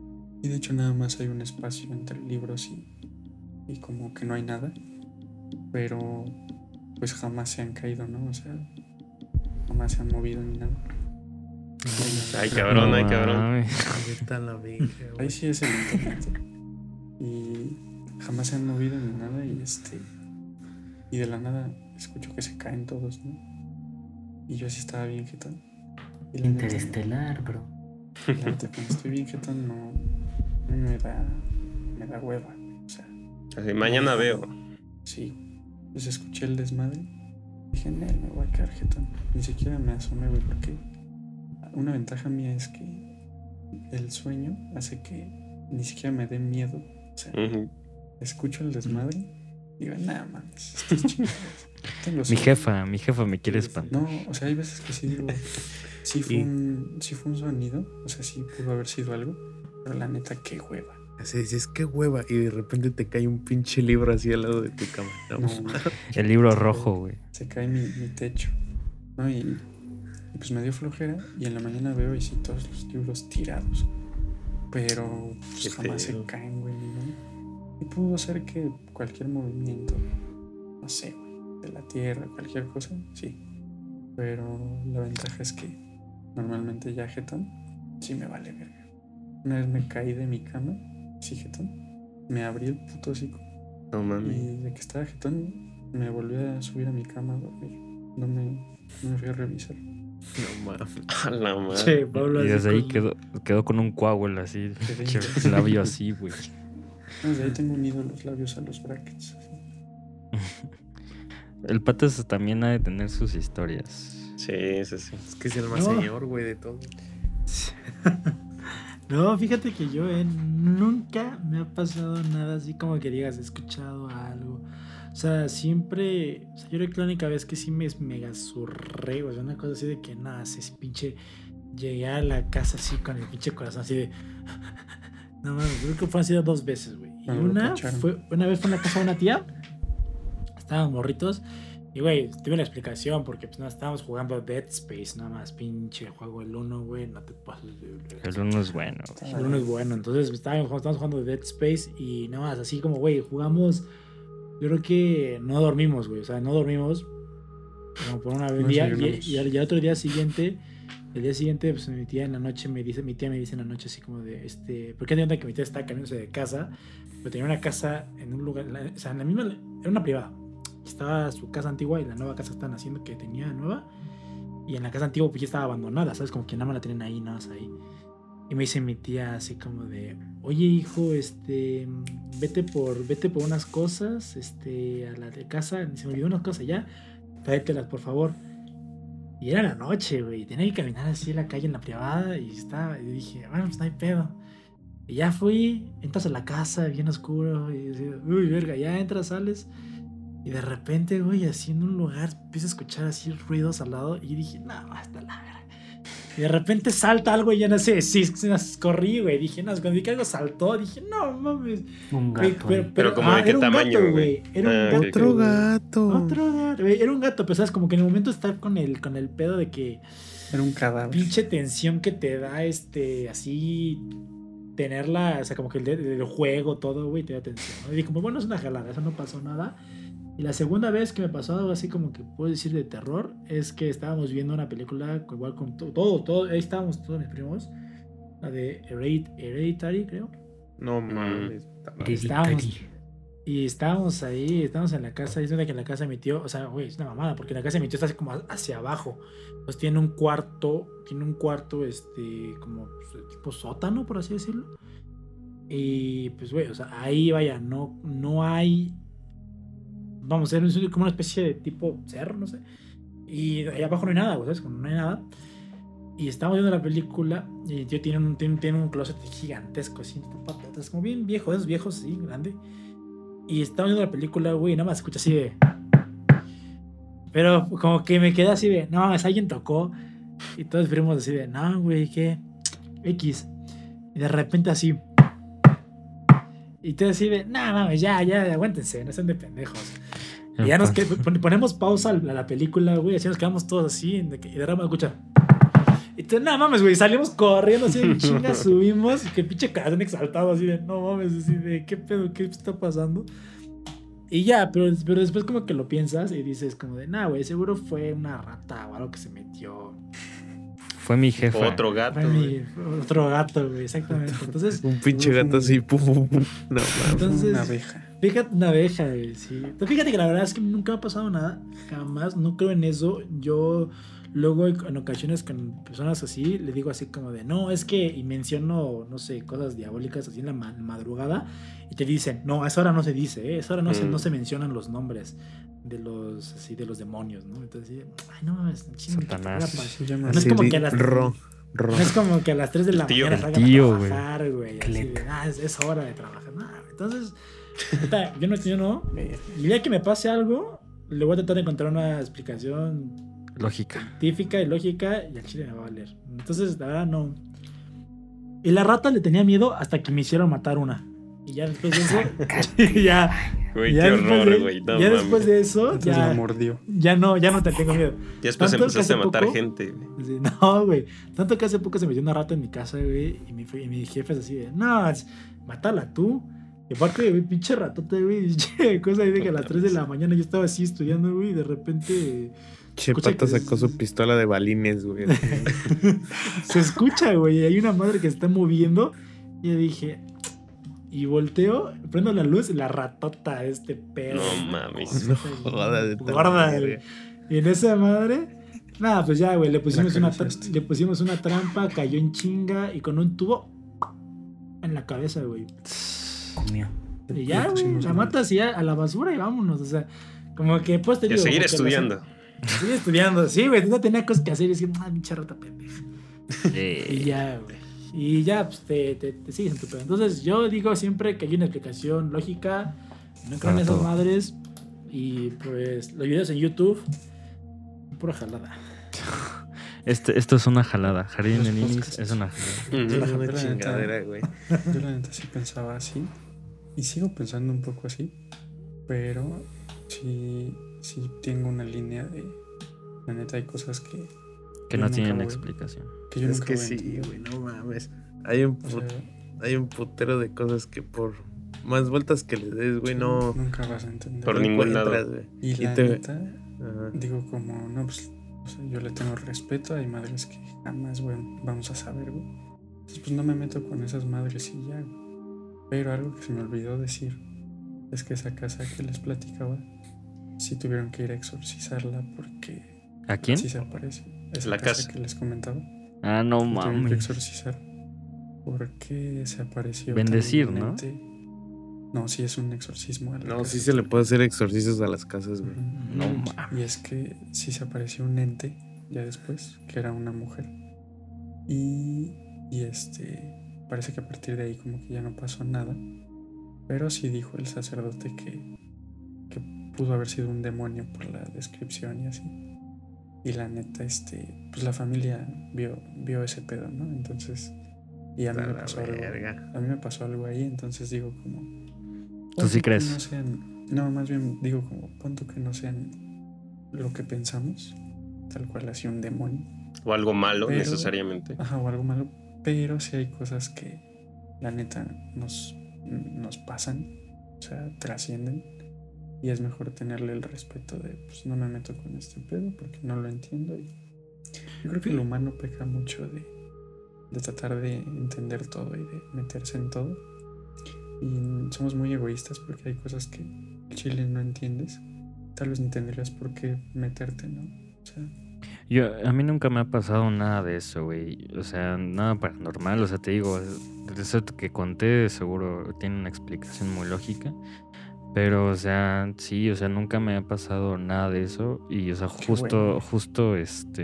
Y de hecho nada más hay un espacio entre libros y como que no hay nada. Pero pues jamás se han caído, ¿no? O sea, jamás se han movido ni nada. Ay, cabrón, ay, cabrón. mames. Ahí está la virgen, Ahí güey. sí es el internet. Y jamás se han movido ni nada y de la nada escucho que se caen todos, ¿no? Y yo sí estaba bien jetón. Y la neta, Interestelar, bro. la neta, cuando estoy bien jetón no a mí me da hueva. O sea, Así, mañana veo. sí. Pues escuché el desmadre. Dije, me voy a quedar jetón. Ni siquiera me asomé, güey, porque una ventaja mía es que el sueño hace que ni siquiera me dé miedo. O sea, Ujú. escucho el desmadre y digo, nada mames, estas chingadas. Tengo Mi sueño. jefa me quiere espantar. No, o sea, hay veces que sí digo, sí fue un sonido, o sea, sí pudo haber sido algo, pero la neta, qué hueva. Así dices, qué hueva. Y de repente te cae un pinche libro así al lado de tu cama. No, No, El libro rojo, güey. se cae mi techo, ¿no? Y pues me dio flojera y en la mañana veo y sí, todos los libros tirados. Pero pues, Qué jamás pedo. se caen, güey, ni nada. Y pudo ser que cualquier movimiento, no sé, güey, de la tierra, cualquier cosa, sí. Pero la ventaja es que normalmente ya jetón, sí me vale verga. Una vez me caí de mi cama, sí jetón, me abrí el puto hocico No mames. y de que estaba jetón me volví a subir a mi cama a dormir. No me fui a revisar. no mames. A la madre. Che, Pablo, Y así desde ahí con- quedó con un coágulo así. Quedé Che, inmenso. labio así, güey. Desde ahí tengo unidos los labios a los brackets. así. El Patas también ha de tener sus historias. Sí, sí, sí. Es que es el más No. señor, güey, de todo. No, fíjate que yo nunca me ha pasado nada así como que digas, he escuchado algo. O sea, siempre. O sea, yo creo que la única vez que sí me mega surré, o sea, una cosa así de que nada, ese pinche. Llegué a la casa así con el pinche corazón así de. No mames, creo que fue así 2 veces, güey. Y Ah, lo una cacharon. una vez fue en la casa de una tía. Estábamos morritos. Y, güey, tuve una explicación porque pues no estábamos jugando Dead Space, nada más pinche juego el 1, güey, no te pases de verga. El uno es bueno, güey. El 1 es bueno, entonces estábamos jugando Dead Space y nada más, así como, güey, jugamos, yo creo que no dormimos, güey, o sea, no dormimos como por una vez No día desayunamos. y al otro día siguiente, el día siguiente, pues mi tía en la noche mi tía me dice en la noche así como de, porque hay que mi tía está cambiándose de casa, pero tenía una casa en un lugar, o sea, en la misma, era una privada. Estaba su casa antigua y la nueva casa que están haciendo que tenía nueva. Y en la casa antigua pues ya estaba abandonada, ¿sabes? Como que nada más la tienen ahí, nada más ahí. Y me dice mi tía así como de, oye hijo, vete por unas cosas, a la de casa, se me olvidó unas cosas allá, tráetelas por favor. Y era la noche, güey, tenía que caminar así en la calle en la privada y dije, bueno, pues no hay pedo. Y ya fui, entras a la casa bien oscuro y decía, uy, verga, ya entras, sales. Y de repente, güey, así en un lugar empiezo a escuchar así ruidos al lado y dije, no, hasta la verga. Y de repente salta algo y ya no sé, sí, corrí, güey. Dije, no, cuando vi que algo saltó, dije, no mames. Un Güey, gato. Pero como de qué era un tamaño, gato, güey. Era un Ah, gato. ok, Otro ok. gato. Otro gato, güey. Era un gato, pero sabes, como que en el momento de estar con el pedo de que Era un cadáver. pinche tensión que te da así tenerla, o sea, como que el juego, todo, güey, te da tensión, ¿no? Y dije, como, bueno, es una jalada, eso no pasó nada. Y la segunda vez que me pasó algo así como que puedo decir de terror es que estábamos viendo una película igual con todo, ahí estábamos todos mis primos, la de Hereditary, creo. No mames. Y estábamos ahí, estábamos en la casa, y es verdad que en la casa de mi tío, o sea, güey, es una mamada, porque en la casa de mi tío está así como hacia abajo. Pues tiene un cuarto, como pues, tipo sótano, por así decirlo. Y pues, güey, o sea, ahí vaya, no hay, vamos a ver, como una especie de tipo cerro, no sé. Y ahí abajo no hay nada, güey, ¿sabes? Como no hay nada. Y estábamos viendo la película y mi tío tiene un closet gigantesco, así, es como bien viejo, de esos viejos, así, grande. Y estaba viendo la película, güey, y nada más escucha así de... Pero como que me quedé así de... No, es alguien tocó. Y todos primos así de... No, güey, ¿qué? X. Y de repente así... Y todos así de... No, mames, ya, aguántense, no sean de pendejos. Y ya ponemos pausa a la película, güey, así nos quedamos todos así. Y de repente escucha... Y No mames, güey, salimos corriendo así en chinga, subimos, y que pinche corazón exaltado así de, no mames, así de, ¿qué pedo? ¿Qué está pasando? Y ya, pero después como que lo piensas y dices como de, nah, güey, seguro fue una rata o algo que se metió. Fue mi jefa. Otro gato. Otro gato, güey, exactamente. Entonces, Un pinche gato así, pum, pum, pum. No mames. entonces Una abeja. fíjate, una abeja, güey, sí. Entonces, fíjate que la verdad es que nunca me ha pasado nada, jamás, no creo en eso. Yo luego en ocasiones con personas así, le digo así como de, no, es que, y menciono, no sé, cosas diabólicas así en la madrugada, y te dicen, no, a esa hora no se dice, a esa hora no se mencionan los nombres de los, así, de los demonios, ¿no? Entonces, ay, no mames, Satanás. Se llama No es como que a las Ro. no es como que a las 3 de la Tío. mañana salgan Tío, a trabajar, güey. Así de, es hora de trabajar. Nah, entonces, neta, yo no. Y el día que me pase algo, le voy a tratar de encontrar una explicación Lógica. científica y lógica y al chile me va a valer. Entonces, la verdad, no. Y la rata le tenía miedo hasta que me hicieron matar una. Y ya después de eso, Güey, ya qué después horror, de- güey. No, ya mames. después de eso, Entonces la ya, mordió. ya no te tengo miedo. Y después Tanto que empezaste a hace matar poco- gente, güey. Sí, no, güey. Tanto que hace poco se metió una rata en mi casa, güey. Y mi jefe es así de, no, mátala tú. Y aparte, güey, pinche ratota, güey. Pinche cosa ahí de que a las 3 de la mañana yo estaba así estudiando, güey. Y de repente Che escucha Pata que sacó su pistola de balines, güey. se escucha, güey. Y hay una madre que se está moviendo. Y yo dije, y volteo, prendo la luz y la ratota, este perro. No mames. No joda de Gorda, güey. Y en esa madre, nada, pues ya, güey, le pusimos una trampa, cayó en chinga y con un tubo en la cabeza, güey. Comió. Y ya, güey, la matas y ya a la basura y vámonos. O sea, como que pues te Y a digo. seguir como que estudiando. Sigue estudiando, sí, güey, no tenía cosas que hacer y decir, pinche rata pendeja. Y ya, güey. Y ya, pues te sigues en tu pedo. Entonces, yo digo siempre que hay una explicación lógica. No creo en Para esas todo. madres. Y pues, los videos en YouTube, pura jalada. Esto es una jalada. Jardín Los de Ninis podcasts. es una jalada. Ujú. La Es una neta, chingadera, güey. Yo la neta sí pensaba así. Y sigo pensando un poco así. Pero sí tengo una línea de... La neta hay cosas que Que yo no nunca tienen voy- explicación. que yo Es nunca que voy a sí, entender. güey, no mames. Hay un, O sea, hay un putero de cosas que por más vueltas que le des, güey, sí, no, nunca vas a entender. Por no ningún encuentras, lado. güey. Y la te- neta, Ajá. digo como, no, pues, o sea, yo le tengo respeto. Hay madres que jamás, güey, vamos a saber, güey. Entonces, pues no me meto con esas madres y ya, güey. Pero algo que se me olvidó decir es que esa casa que les platicaba, sí tuvieron que ir a exorcizarla porque ¿A quién? sí se aparece. Esa La casa. que les comentaba, Ah, no la tuvieron que mames. exorcizar porque se apareció. Bendecir, también un ¿no? ente. No, sí es un exorcismo. A la No, casa. sí se le puede hacer exorcismos a las casas, güey. Ujú. No mames. Y es que sí se apareció un ente ya después, que era una mujer. Y parece que a partir de ahí como que ya no pasó nada. Pero sí dijo el sacerdote que pudo haber sido un demonio por la descripción y así. Y la neta, pues la familia vio ese pedo, ¿no? Entonces, y a mí A me la pasó algo. verga. A mí me pasó algo ahí, entonces digo como... ¿Tú sí pon que crees? No sean, no, más bien digo como, punto que no sean lo que pensamos, tal cual así un demonio. O algo malo, Pero- necesariamente. Ajá, o algo malo, pero sí hay cosas que la neta nos pasan, o sea, trascienden. Y es mejor tenerle el respeto de, pues no me meto con este pedo porque no lo entiendo. Y yo creo que el humano peca mucho de tratar de entender todo y de meterse en todo. Y somos muy egoístas porque hay cosas que en Chile no entiendes. Tal vez ni tendrías por qué meterte, ¿no? O sea, A mí nunca me ha pasado nada de eso, güey. O sea, nada paranormal. O sea, te digo, eso que conté seguro tiene una explicación muy lógica. Pero, o sea, sí, o sea, nunca me ha pasado nada de eso. Y, o sea, bueno. justo,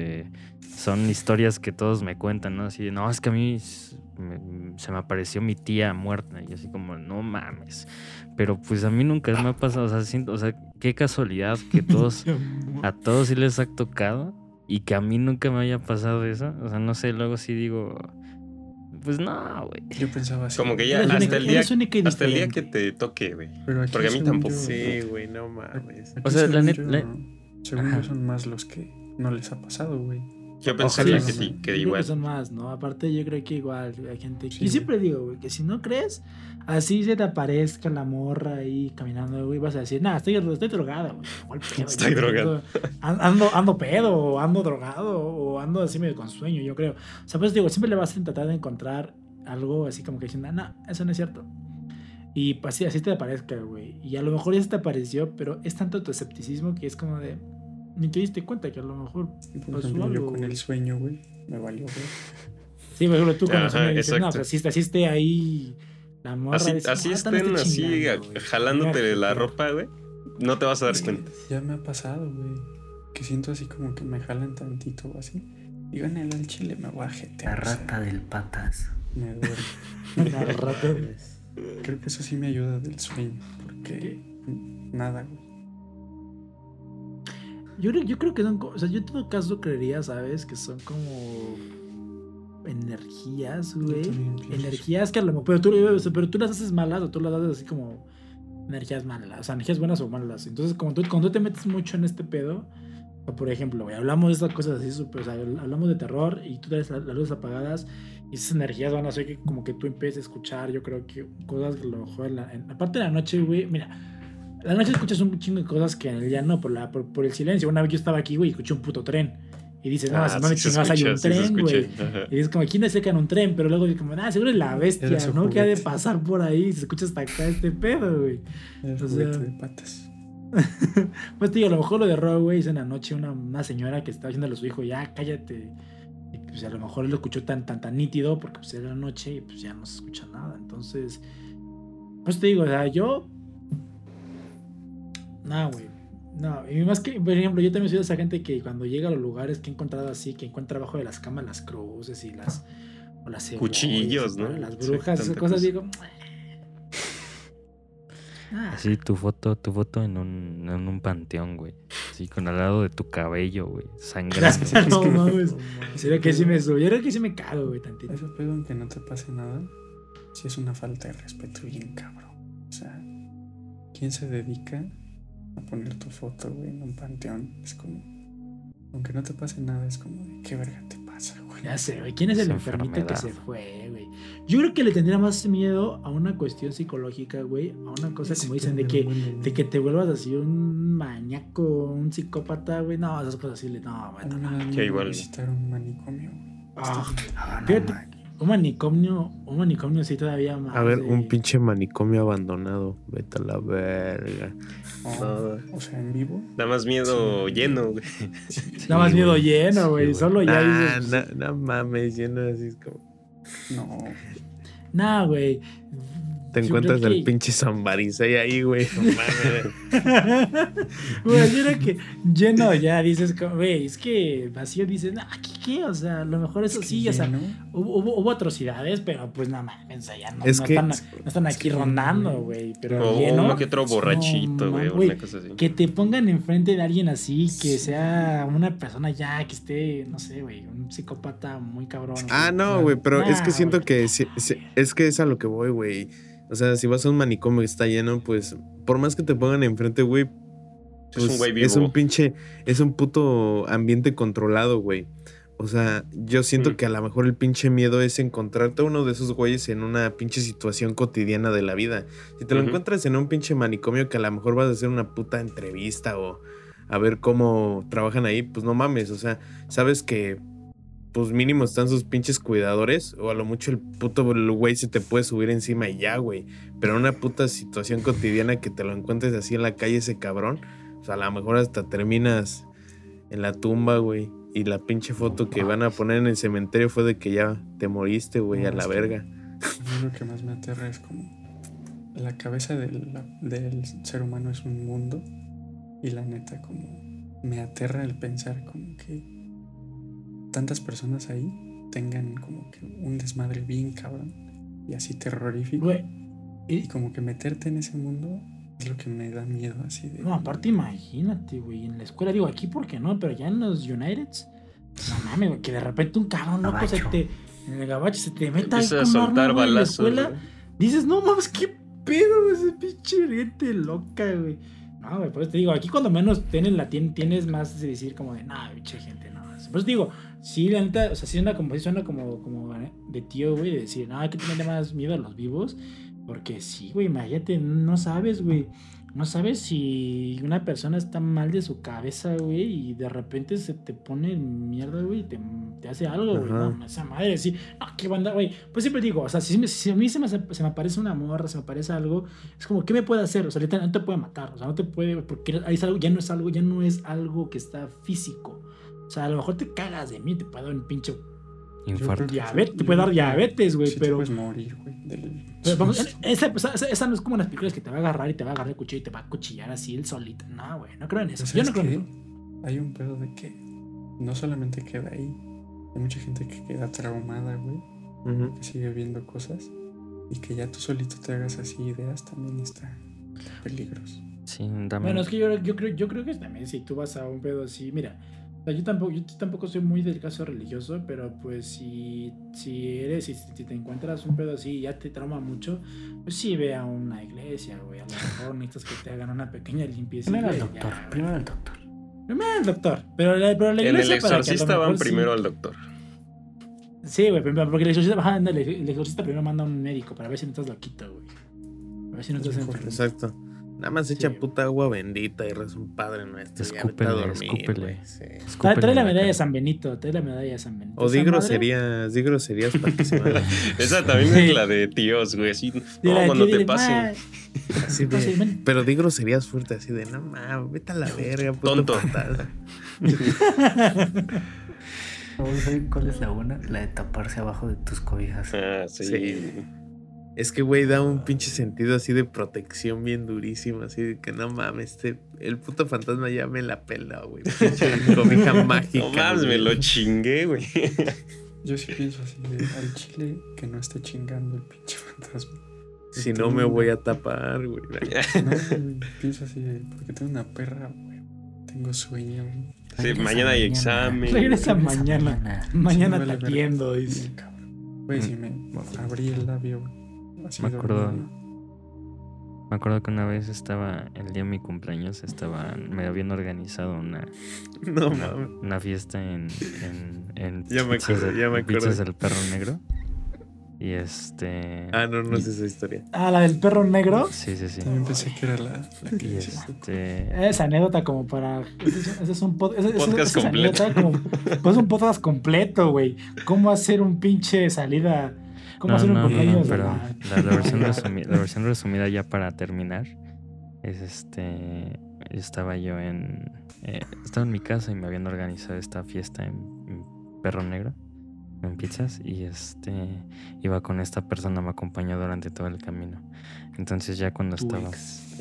son historias que todos me cuentan, ¿no? Así de, no, es que a mí se me apareció mi tía muerta. Y así como, no mames. Pero, pues, a mí nunca me ha pasado. O sea, qué casualidad que a todos sí les ha tocado. Y que a mí nunca me haya pasado eso. O sea, no sé, luego sí digo, pues no, güey. yo pensaba así. Como que ya Eres hasta única- el día, eres única y hasta el día que diferente. te toque, güey. Pero aquí, Porque a mí según tampoco. yo- Sí, güey, no mames. Aquí, O sea, la según neta- yo- la- según Ajá. yo son más los que no les ha pasado, güey. Yo pensaría Ojalá, que sí, que yo creo igual. son más, ¿no? Aparte, yo creo que igual hay gente. Sí. Yo siempre digo, güey, que si no crees, así se te aparezca la morra ahí caminando, güey, vas a decir, nah, estoy drogada, güey. ¿Cuál pedo? Estoy Yo drogado. Ando pedo, o ando drogado, o ando así medio con sueño, yo creo. O sea, pues digo, siempre le vas a tratar de encontrar algo así como que diciendo, no, eso no es cierto. Y pues así te aparezca, güey. Y a lo mejor ya se te apareció, pero es tanto tu escepticismo que es como de. Ni te diste cuenta que a lo mejor Y por pasó ejemplo, yo algo, con güey. el sueño, güey, me valió, güey. Sí, por ejemplo, tú cuando Ajá, sueñas dices, no, exacto. pues así esté ahí la morra. Así, dice, así "No, esta no estén está así chingando, güey". jalándote Mira, la pero- ropa, güey. No te vas a dar Es que cuenta. ya me ha pasado, güey. Que siento así como que me jalan tantito o así. Y gánale al chile, me voy a La jetear. rata del patas. Me duele. La rata. Creo que eso sí me ayuda del sueño. Porque nada, güey. Yo creo que son, o sea, yo en todo caso creería, ¿sabes? Que son como energías, güey. también pienso Energías que a lo mejor, pero tú las haces malas o tú las haces así como energías malas, o sea, energías buenas o malas. Entonces, cuando tú te metes mucho en este pedo, o por ejemplo, güey, hablamos de estas cosas así súper, o sea, hablamos de terror y tú tienes las luces apagadas y esas energías van a hacer que como que tú empieces a escuchar, yo creo que cosas que a lo mejor en la parte de la noche, güey, mira, la noche escuchas un chingo de cosas que en el día no, por el silencio. Una vez yo estaba aquí, güey, y escuché un puto tren. Y dices, no, si no me sí se chingas, hay un escucha, sí se tren, güey. escucha. Ajá. Y dices como, ¿quién se en un tren? Pero luego dices como, seguro es la bestia, Era su ¿no? Que ha de juguete. pasar por ahí y se escucha hasta acá este pedo, güey. El O juguete sea- de patas. Pues te digo, a lo mejor lo de Rob, güey, es en la noche una señora que estaba diciéndole a su hijo, ya, cállate. Y pues a lo mejor él lo escuchó tan nítido porque pues era la noche y pues ya no se escucha nada. Entonces, pues te digo, o sea, yo... No, güey. No, y más que, por ejemplo, yo también soy de esa gente que cuando llega a los lugares que he encontrado así, que encuentra abajo de las camas las cruces y las... O las cebollas, Cuchillos, ¿no? Las Sí, brujas, esas tanta cosas, cosa. digo... Así tu foto en un panteón, güey. Así con al lado de tu cabello, güey. Sangrando. No mames. Sería que sí me subo. Yo creo que sí me cago, güey, tantito. Ese pedo, aunque no te pase nada, sí es una falta de respeto bien cabrón. O sea, ¿quién se dedica a poner tu foto, güey, en un panteón? Es como, aunque no te pase nada, es como, de, ¿qué verga te pasa, güey? Ya sé, güey. ¿Quién es el Esa enfermito que enfermedad. se fue, güey? Yo creo que le tendría más miedo a una cuestión psicológica, güey. A una cosa como dicen, de que te vuelvas así un maníaco, un psicópata, güey. No, esas cosas así, no, A güey. mí me da Que miedo igual. visitar un manicomio. Ah, Ah, no, fíjate, man. un manicomio sí todavía más. A ver, güey. un pinche manicomio abandonado. Vete a la verga. No, o sea, en vivo. Da más miedo Sí. lleno, güey. Da más Sí, miedo güey. lleno, güey. Sí, Solo ya dices. No mames, lleno así es como. No, Nah, güey. Te Yo encuentras creo al que- pinche Zambarizay ahí, güey. No mames. Güey, yo creo que lleno ya dices, como, güey, es que vacío dices, no, ¿aquí qué? O sea, a lo mejor eso sí, o sea, lleno. hubo atrocidades, pero pues nada más, o sea, ya no, Es no que- están, no están aquí que, rondando, güey. güey. Pero O lleno. uno que otro borrachito, güey, o güey, una cosa así. que te pongan enfrente de alguien así, que sea una persona ya que esté, no sé, güey, un psicópata muy cabrón. Ah, no, güey, pero es que Nah, siento güey. que es que es a lo que voy, güey. O sea, si vas a un manicomio que está lleno, pues por más que te pongan enfrente, güey, Es un güey vivo. es un pinche, es un puto ambiente controlado, güey. O sea, yo siento que a lo mejor el pinche miedo es encontrarte a uno de esos güeyes en una pinche situación cotidiana de la vida. Si te lo Ujú. encuentras en un pinche manicomio que a lo mejor vas a hacer una puta entrevista o a ver cómo trabajan ahí, pues no mames, o sea, sabes que pues mínimo están sus pinches cuidadores o a lo mucho el puto güey se te puede subir encima y ya, güey. Pero en una puta situación cotidiana que te lo encuentres así en la calle ese cabrón, o sea, a lo mejor hasta terminas en la tumba, güey. Y la pinche foto que van a poner en el cementerio fue de que ya te moriste, güey, No, a la es que- verga. A mí lo que más me aterra es como la cabeza del ser humano es un mundo y la neta como me aterra el pensar como que tantas personas ahí tengan como que un desmadre bien cabrón y así terrorífico Güey, y como que meterte en ese mundo es lo que me da miedo así de no, aparte imagínate, güey, en la escuela, digo, aquí porque no, pero ya en los Uniteds, no mames, güey, que de repente un cabrón loco se Gabacho. te, en el gabacho se te meta ahí Empieza a con un arma, soltar güey, en la balazos, escuela, güey. dices, no mames, qué pedo, ese pinche gente loca, güey. No, güey, pues te digo, aquí cuando menos tienes más de decir como de, nah, pinche gente, no. Pues digo, sí, la neta, o sea, sí suena como de tío, güey, de decir, no, hay que tenerle más miedo a los vivos. Porque sí, güey, imagínate, no sabes, güey. No sabes si una persona está mal de su cabeza, güey, y de repente se te pone mierda, güey, y te hace algo, güey. No, esa madre, sí. No, qué banda, güey. Pues siempre digo, o sea, si a mí se me aparece una morra, se me aparece algo, es como, ¿qué me puede hacer? O sea, no te puede matar, o sea, no te puede, porque es algo, ya no es algo que está físico. O sea, a lo mejor te cagas de mí, te puede dar un pinche infarto. Te puede dar diabetes, güey, sí, pero. Te puedes morir, güey. Pero vamos, esa no es como las películas que te va a agarrar y te va a agarrar el cuchillo y te va a cuchillar así el solito. No, güey, no creo en eso. Yo no creo en eso. Hay un pedo de que no solamente queda ahí, hay mucha gente que queda traumada, güey, que sigue viendo cosas y que ya tú solito te hagas así ideas también está peligroso. Sí, también. Bueno, es que yo creo que también si tú vas a un pedo así, mira. Yo tampoco soy muy del caso religioso, pero pues si te encuentras un pedo así y ya te trauma mucho, pues sí ve a una iglesia, güey. A lo mejor necesitas que te hagan una pequeña limpieza. Primero al doctor. Pero la iglesia. En el exorcista van primero al doctor. Sí, güey, porque el exorcista primero manda a un médico para ver si no estás loquito, güey. A ver si no estás enfermo. Exacto. Nada más echa puta agua bendita y reza un Padre Nuestro. Escúpele. Sí. Trae la medalla de San Benito. O di groserías para que se vaya. Esa también es la de tíos, güey. Así, no, cuando te pasen. Así de, pero di groserías fuertes, así de, no mames, vete a la verga, tonto. ¿Cuál es la buena? La de taparse abajo de tus cobijas. Ah, sí. Es que, güey, da un pinche sentido así de protección bien durísimo, así de que no mames, el puto fantasma ya me la pela, güey. Pinche cobija mágica. No mames, me lo chingué, güey. Yo sí pienso así de al chile que no esté chingando el pinche fantasma. Si no me voy a tapar, güey. No, güey, pienso así de porque tengo una perra, güey. Tengo sueño, güey. Sí, mañana hay examen. Regresa mañana. Mañana te atiendo, dice. Güey, si me abrí el labio, güey. Me acuerdo que una vez estaba, el día de mi cumpleaños, me habían organizado una fiesta en ya me acuerdo. Pizzas del Perro Negro. Y no sé esa historia. ¿La del perro negro? Sí. También pensé que era la que esa anécdota como para... Ese es un podcast completo. Es un podcast completo, güey. ¿Cómo hacer un pinche salida... ¿Cómo hacer un cumpleaños? Pero la versión resumida ya para terminar es estaba en mi casa y me habían organizado esta fiesta en Perro Negro, en pizzas, y iba con esta persona, me acompañó durante todo el camino. Entonces ya cuando estaba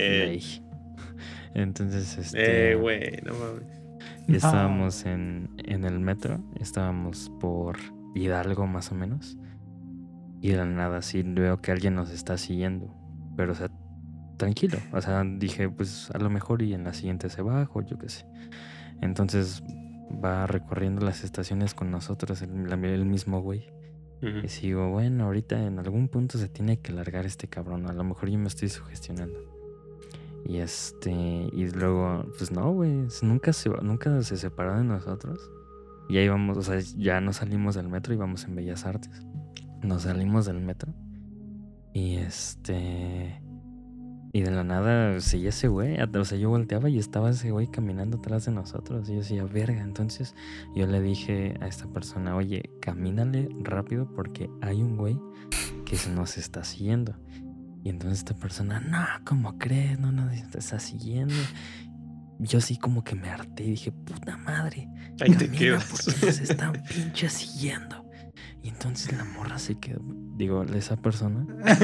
entonces güey, no mames. Y estábamos en el metro, estábamos por Hidalgo más o menos. Y de la nada sí veo que alguien nos está siguiendo. Pero, o sea, tranquilo. O sea, dije, pues a lo mejor y en la siguiente se baja o yo qué sé. Entonces va recorriendo las estaciones con nosotros el mismo güey. Uh-huh. Y sigo, bueno, ahorita en algún punto se tiene que largar este cabrón. A lo mejor yo me estoy sugestionando. Y y luego, pues no, güey. Nunca se separó de nosotros. Y ahí vamos, o sea, ya nos salimos del metro y vamos en Bellas Artes. Nos salimos del metro y y de la nada seguía ese güey, o sea, yo volteaba y estaba ese güey caminando atrás de nosotros y yo decía, verga. Entonces yo le dije a esta persona, oye, camínale rápido porque hay un güey que se nos está siguiendo. Y entonces esta persona, no, ¿cómo crees? No, te está siguiendo. Yo así como que me harté y dije, puta madre, ahí te quedas porque nos están pinche siguiendo. Y entonces la morra se quedó. Digo, esa persona.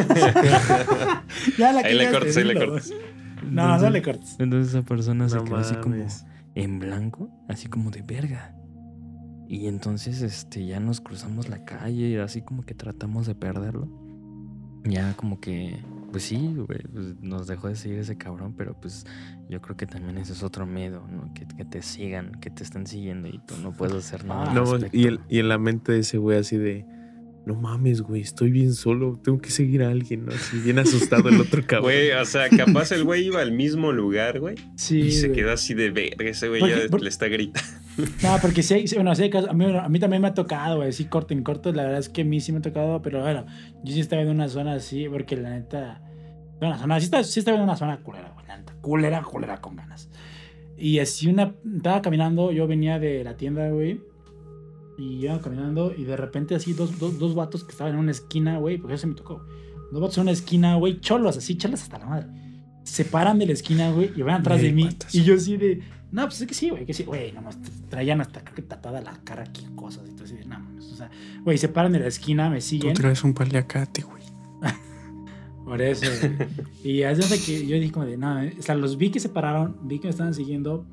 Ya ahí le cortas. No le cortes. Entonces esa persona se quedó así como en blanco, así como de verga. Y entonces ya nos cruzamos la calle, así como que tratamos de perderlo. Ya como que, pues sí, güey, pues nos dejó de seguir ese cabrón, pero pues yo creo que también ese es otro miedo, ¿no? Que te sigan, que te estén siguiendo y tú no puedes hacer nada. Y en la mente de ese güey así de, no mames, güey, estoy bien solo, tengo que seguir a alguien, ¿no? Así bien asustado el otro cabrón. Güey, o sea, capaz el güey iba al mismo lugar, güey. Sí. Y se quedó así de verga, ese güey ya le está gritando. No, porque sí, bueno, sí hay casos, a mí también me ha tocado, güey, sí, corto en corto, la verdad es que a mí sí me ha tocado, pero bueno, yo sí estaba en una zona así, porque la neta, una zona, sí estaba en una zona culera, güey, la neta, culera con ganas. Y así estaba caminando, yo venía de la tienda, güey, y iba caminando, y de repente así dos vatos que estaban en una esquina, güey, porque eso me tocó, dos vatos en una esquina, güey, cholos hasta la madre, se paran de la esquina, güey, y van atrás de mí, Patas. y yo así de... No, pues es que sí, güey, nomás traían hasta creo que tapada la cara aquí, cosas, y todo así de, no mames, o sea, güey, se paran de la esquina, me Tú siguen, traes un paliacate, güey. por eso, güey. Y hace que yo dije como de, no, o sea, los vi que se pararon, vi que me estaban siguiendo,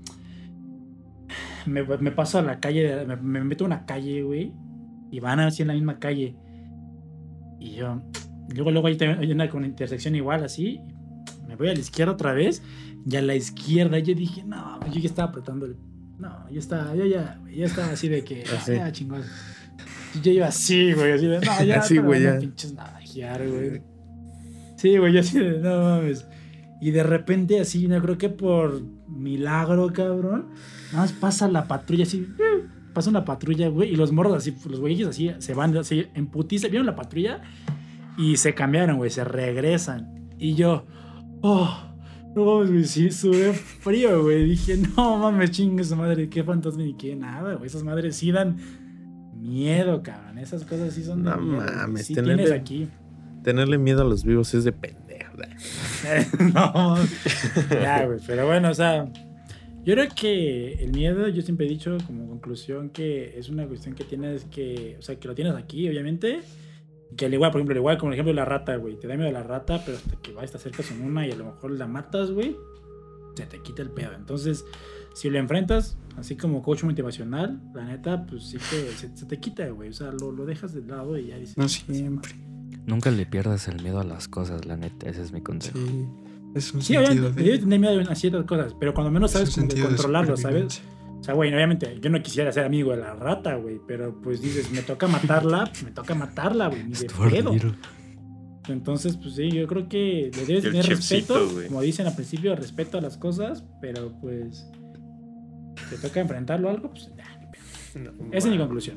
me paso a la calle, me meto a una calle, güey, y van así en la misma calle, y yo, luego ahí hay una intersección igual, así, me voy a la izquierda otra vez, y a la izquierda yo dije, no, yo ya estaba apretando el... No, ya estaba así de que... Así. Ya, chingón. Y yo iba así, güey, así de... No, ya, Así, güey, ya. pinches navajear, güey. Sí, güey, yo así de... No mames. Y de repente así, no creo que por milagro, cabrón, nada más pasa la patrulla así... Pasa una patrulla, güey, y los morros así, los güeyes así, se van así en putiza. Vieron la patrulla y se cambiaron, güey, se regresan. Y yo... Oh... No mames, güey, sí, sube frío, güey. Dije, no mames, chingue su madre, qué fantasma ni qué nada, güey. Esas madres sí dan miedo, cabrón. Esas cosas sí son de No miedo, güey. mames, Sí tenerle- tienes aquí. Tenerle miedo a los vivos es de pendejo. No, ya, güey. Pero bueno, o sea, yo creo que el miedo, yo siempre he dicho como conclusión que es una cuestión que tienes que, o sea, que lo tienes aquí, obviamente. Que al igual, por ejemplo, como el ejemplo de la rata, güey. Te da miedo la rata, pero hasta que te acercas con una y a lo mejor la matas, güey, se te quita el pedo. Entonces, si lo enfrentas, así como coach motivacional, la neta, pues sí que se te quita, güey. O sea, lo dejas de lado y ya dices... No siempre. Nunca le pierdas el miedo a las cosas, la neta. Ese es mi consejo. Sí. Es un Sí, sentido obviamente, debes tener miedo a ciertas cosas, pero cuando menos es un sabes cómo de sentido de controlarlo, ¿sabes? supervivencia. O sea, güey, obviamente, yo no quisiera ser amigo de la rata, güey, pero pues dices, me toca matarla, güey, ni de Stuart pedo. Little. Entonces, pues sí, yo creo que le debes El tener chefcito, respeto, güey. como dicen al principio, respeto a las cosas, pero pues te toca enfrentarlo a algo, pues ya, ni pedo. Esa es mi conclusión.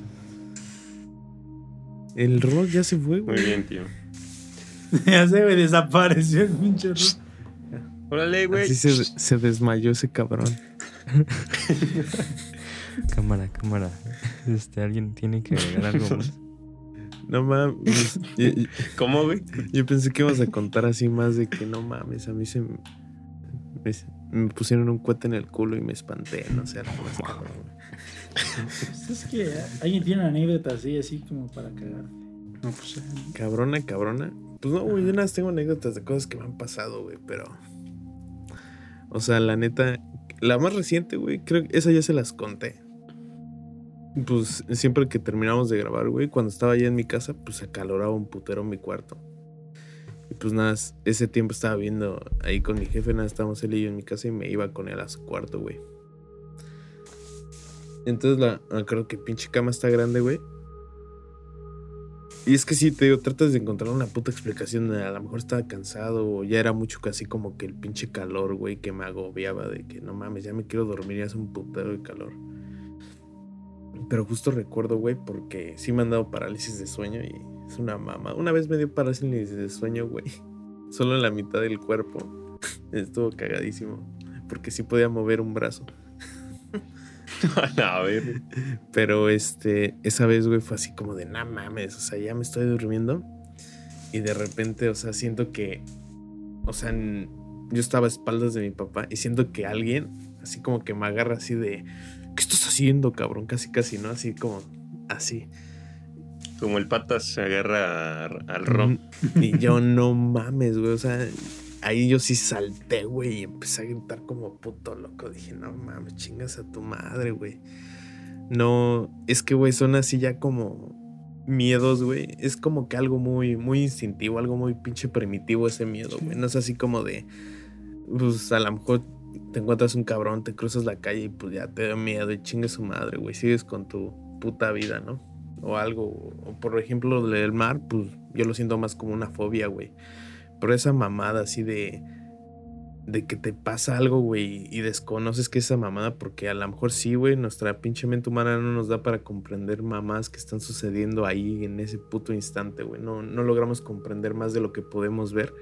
El rock ya se fue, Muy güey. bien, tío. Ya se me desapareció el pinche rock. Órale, güey. Así se desmayó ese cabrón. Cámara. Alguien tiene que agregar algo más. No mames. ¿Cómo, güey? Yo pensé que ibas a contar así más de que no mames. A mí me pusieron un cohete en el culo y me espanté. No sé, algo más cabrón, güey. Pues es que alguien tiene una anécdota así como para cagar. No, pues Cabrona. Pues no, güey, yo nada más tengo anécdotas de cosas que me han pasado, güey, pero... O sea, la neta, la más reciente, güey, creo que esa ya se las conté. Pues siempre que terminamos de grabar, güey, cuando estaba allá en mi casa, pues se acaloraba un putero mi cuarto. Y pues nada, ese tiempo estaba viendo ahí con mi jefe, nada, estábamos él y yo en mi casa y me iba con él a su cuarto, güey. Entonces creo que pinche cama está grande, güey. Y es que sí, te digo, tratas de encontrar una puta explicación. A lo mejor estaba cansado o ya era mucho casi como que el pinche calor, güey, que me agobiaba de que no mames, ya me quiero dormir y hace un putero de calor. Pero justo recuerdo, güey, porque sí me han dado parálisis de sueño y es una mama. Una vez me dio parálisis de sueño, güey. Solo en la mitad del cuerpo. Estuvo cagadísimo. Porque sí podía mover un brazo. A ver. Pero esa vez, güey, fue así como de, nah mames, o sea, ya me estoy durmiendo. Y de repente, o sea, siento que, o sea, yo estaba a espaldas de mi papá y siento que alguien, así como que me agarra así de, ¿qué estás haciendo, cabrón? Casi, ¿no? Así como, así. Como el patas se agarra al ron. Y yo, no mames, güey, o sea, ahí yo sí salté, güey, y empecé a gritar como puto loco. Dije, no mames, chingas a tu madre, güey. No, es que, güey, son así ya como miedos, güey. Es como que algo muy, muy instintivo, algo muy pinche primitivo ese miedo, güey. No es así como de, pues a lo mejor te encuentras un cabrón, te cruzas la calle y pues ya te da miedo y chingue su madre, güey. Sigues con tu puta vida, ¿no? O algo, o por ejemplo, lo del mar, pues yo lo siento más como una fobia, güey. Pero esa mamada así de de que te pasa algo, güey, y desconoces que esa mamada, porque a lo mejor sí, güey, nuestra pinche mente humana no nos da para comprender mamás que están sucediendo ahí en ese puto instante, güey. No logramos comprender más de lo que podemos ver.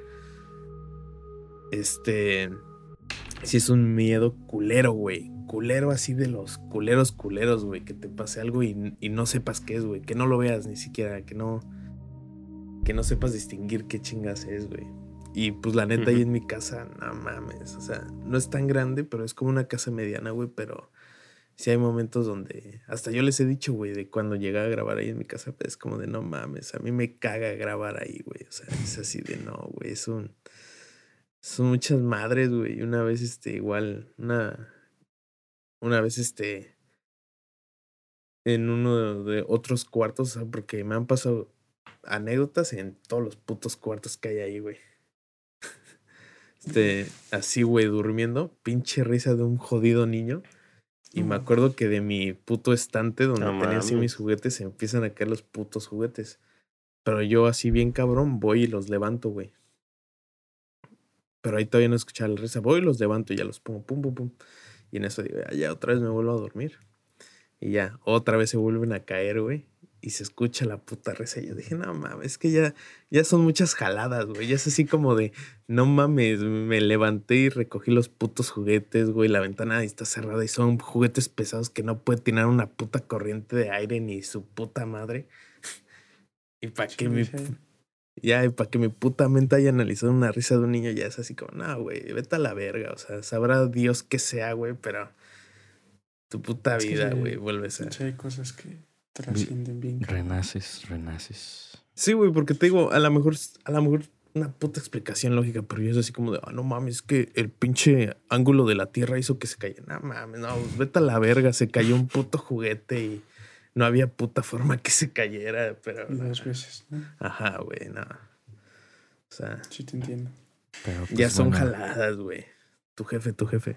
Sí es un miedo culero, güey. Culero así de los culeros, güey. Que te pase algo y no sepas qué es, güey. Que no lo veas ni siquiera, que no sepas distinguir qué chingas es, güey. Y pues la neta ahí en mi casa, no mames, o sea, no es tan grande, pero es como una casa mediana, güey, pero sí hay momentos donde, hasta yo les he dicho, güey, de cuando llega a grabar ahí en mi casa, pues es como de no mames, a mí me caga grabar ahí, güey, o sea, es así de no, güey, son muchas madres, güey, y una vez, igual, una vez, en uno de otros cuartos, o sea, porque me han pasado anécdotas en todos los putos cuartos que hay ahí, güey. Así, güey, durmiendo, pinche risa de un jodido niño. Y me acuerdo que de mi puto estante donde tenía así mis juguetes, se empiezan a caer los putos juguetes. Pero yo así bien cabrón voy y los levanto, güey. Pero ahí todavía no escuchaba la risa. Voy y los levanto y ya los pongo, pum, pum, pum. Y en eso digo, ya otra vez me vuelvo a dormir. Y ya, otra vez se vuelven a caer, güey. Y se escucha la puta risa. Y yo dije, no mames, es que ya son muchas jaladas, güey. Ya es así como de, no mames, me levanté y recogí los putos juguetes, güey. La ventana ahí está cerrada y son juguetes pesados que no puede tener una puta corriente de aire ni su puta madre. Y para que mi puta mente haya analizado una risa de un niño, ya es así como, no, güey, vete a la verga. O sea, sabrá Dios qué sea, güey, pero tu puta vida, güey, vuelves a... Hay cosas que trascienden bien. Renaces. Sí, güey, porque te digo, a lo mejor una puta explicación lógica, pero yo es así como de, no mames, es que el pinche ángulo de la Tierra hizo que se cayera. No mames, no, vete a la verga, se cayó un puto juguete y no había puta forma que se cayera, pero... Y 2 veces, ¿no? Ajá, güey, no. O sea... Sí te entiendo. Pero, pues, ya son jaladas, güey. Tu jefe.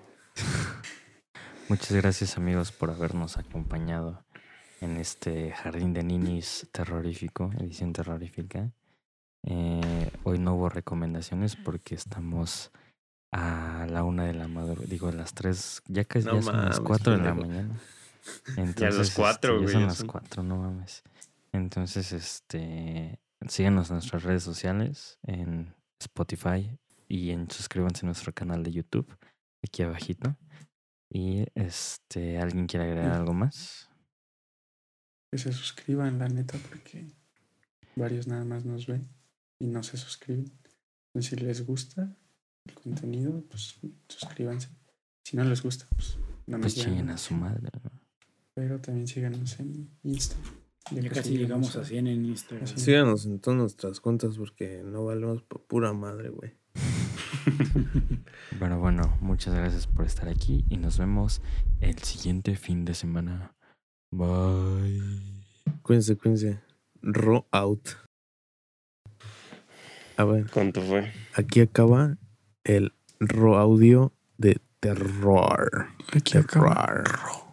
Muchas gracias, amigos, por habernos acompañado en este Jardín de Ninis terrorífico, edición terrorífica. Hoy no hubo recomendaciones porque estamos a la 1 de la madrugada, digo, a las 3, ya casi ya son las 4 de la mañana. Entonces, ya las 4, güey. Ya son las 4, no mames. Entonces, síganos en nuestras redes sociales, en Spotify y suscríbanse a nuestro canal de YouTube, aquí abajito. Y ¿alguien quiere agregar algo más? Que se suscriban, la neta, porque varios nada más nos ven y no se suscriben. Entonces, si les gusta el contenido, pues suscríbanse. Si no les gusta, pues no pues chinguen a su madre, ¿no? Pero también síganos en Instagram. Ya casi llegamos a 100 en Instagram. Síganos en todas nuestras cuentas porque no valemos por pura madre, güey. Pero bueno, muchas gracias por estar aquí y nos vemos el siguiente fin de semana. Bye. Cuídense. Raw out. A ver. ¿Cuánto fue? Aquí acaba el raw audio de terror. Aquí acaba.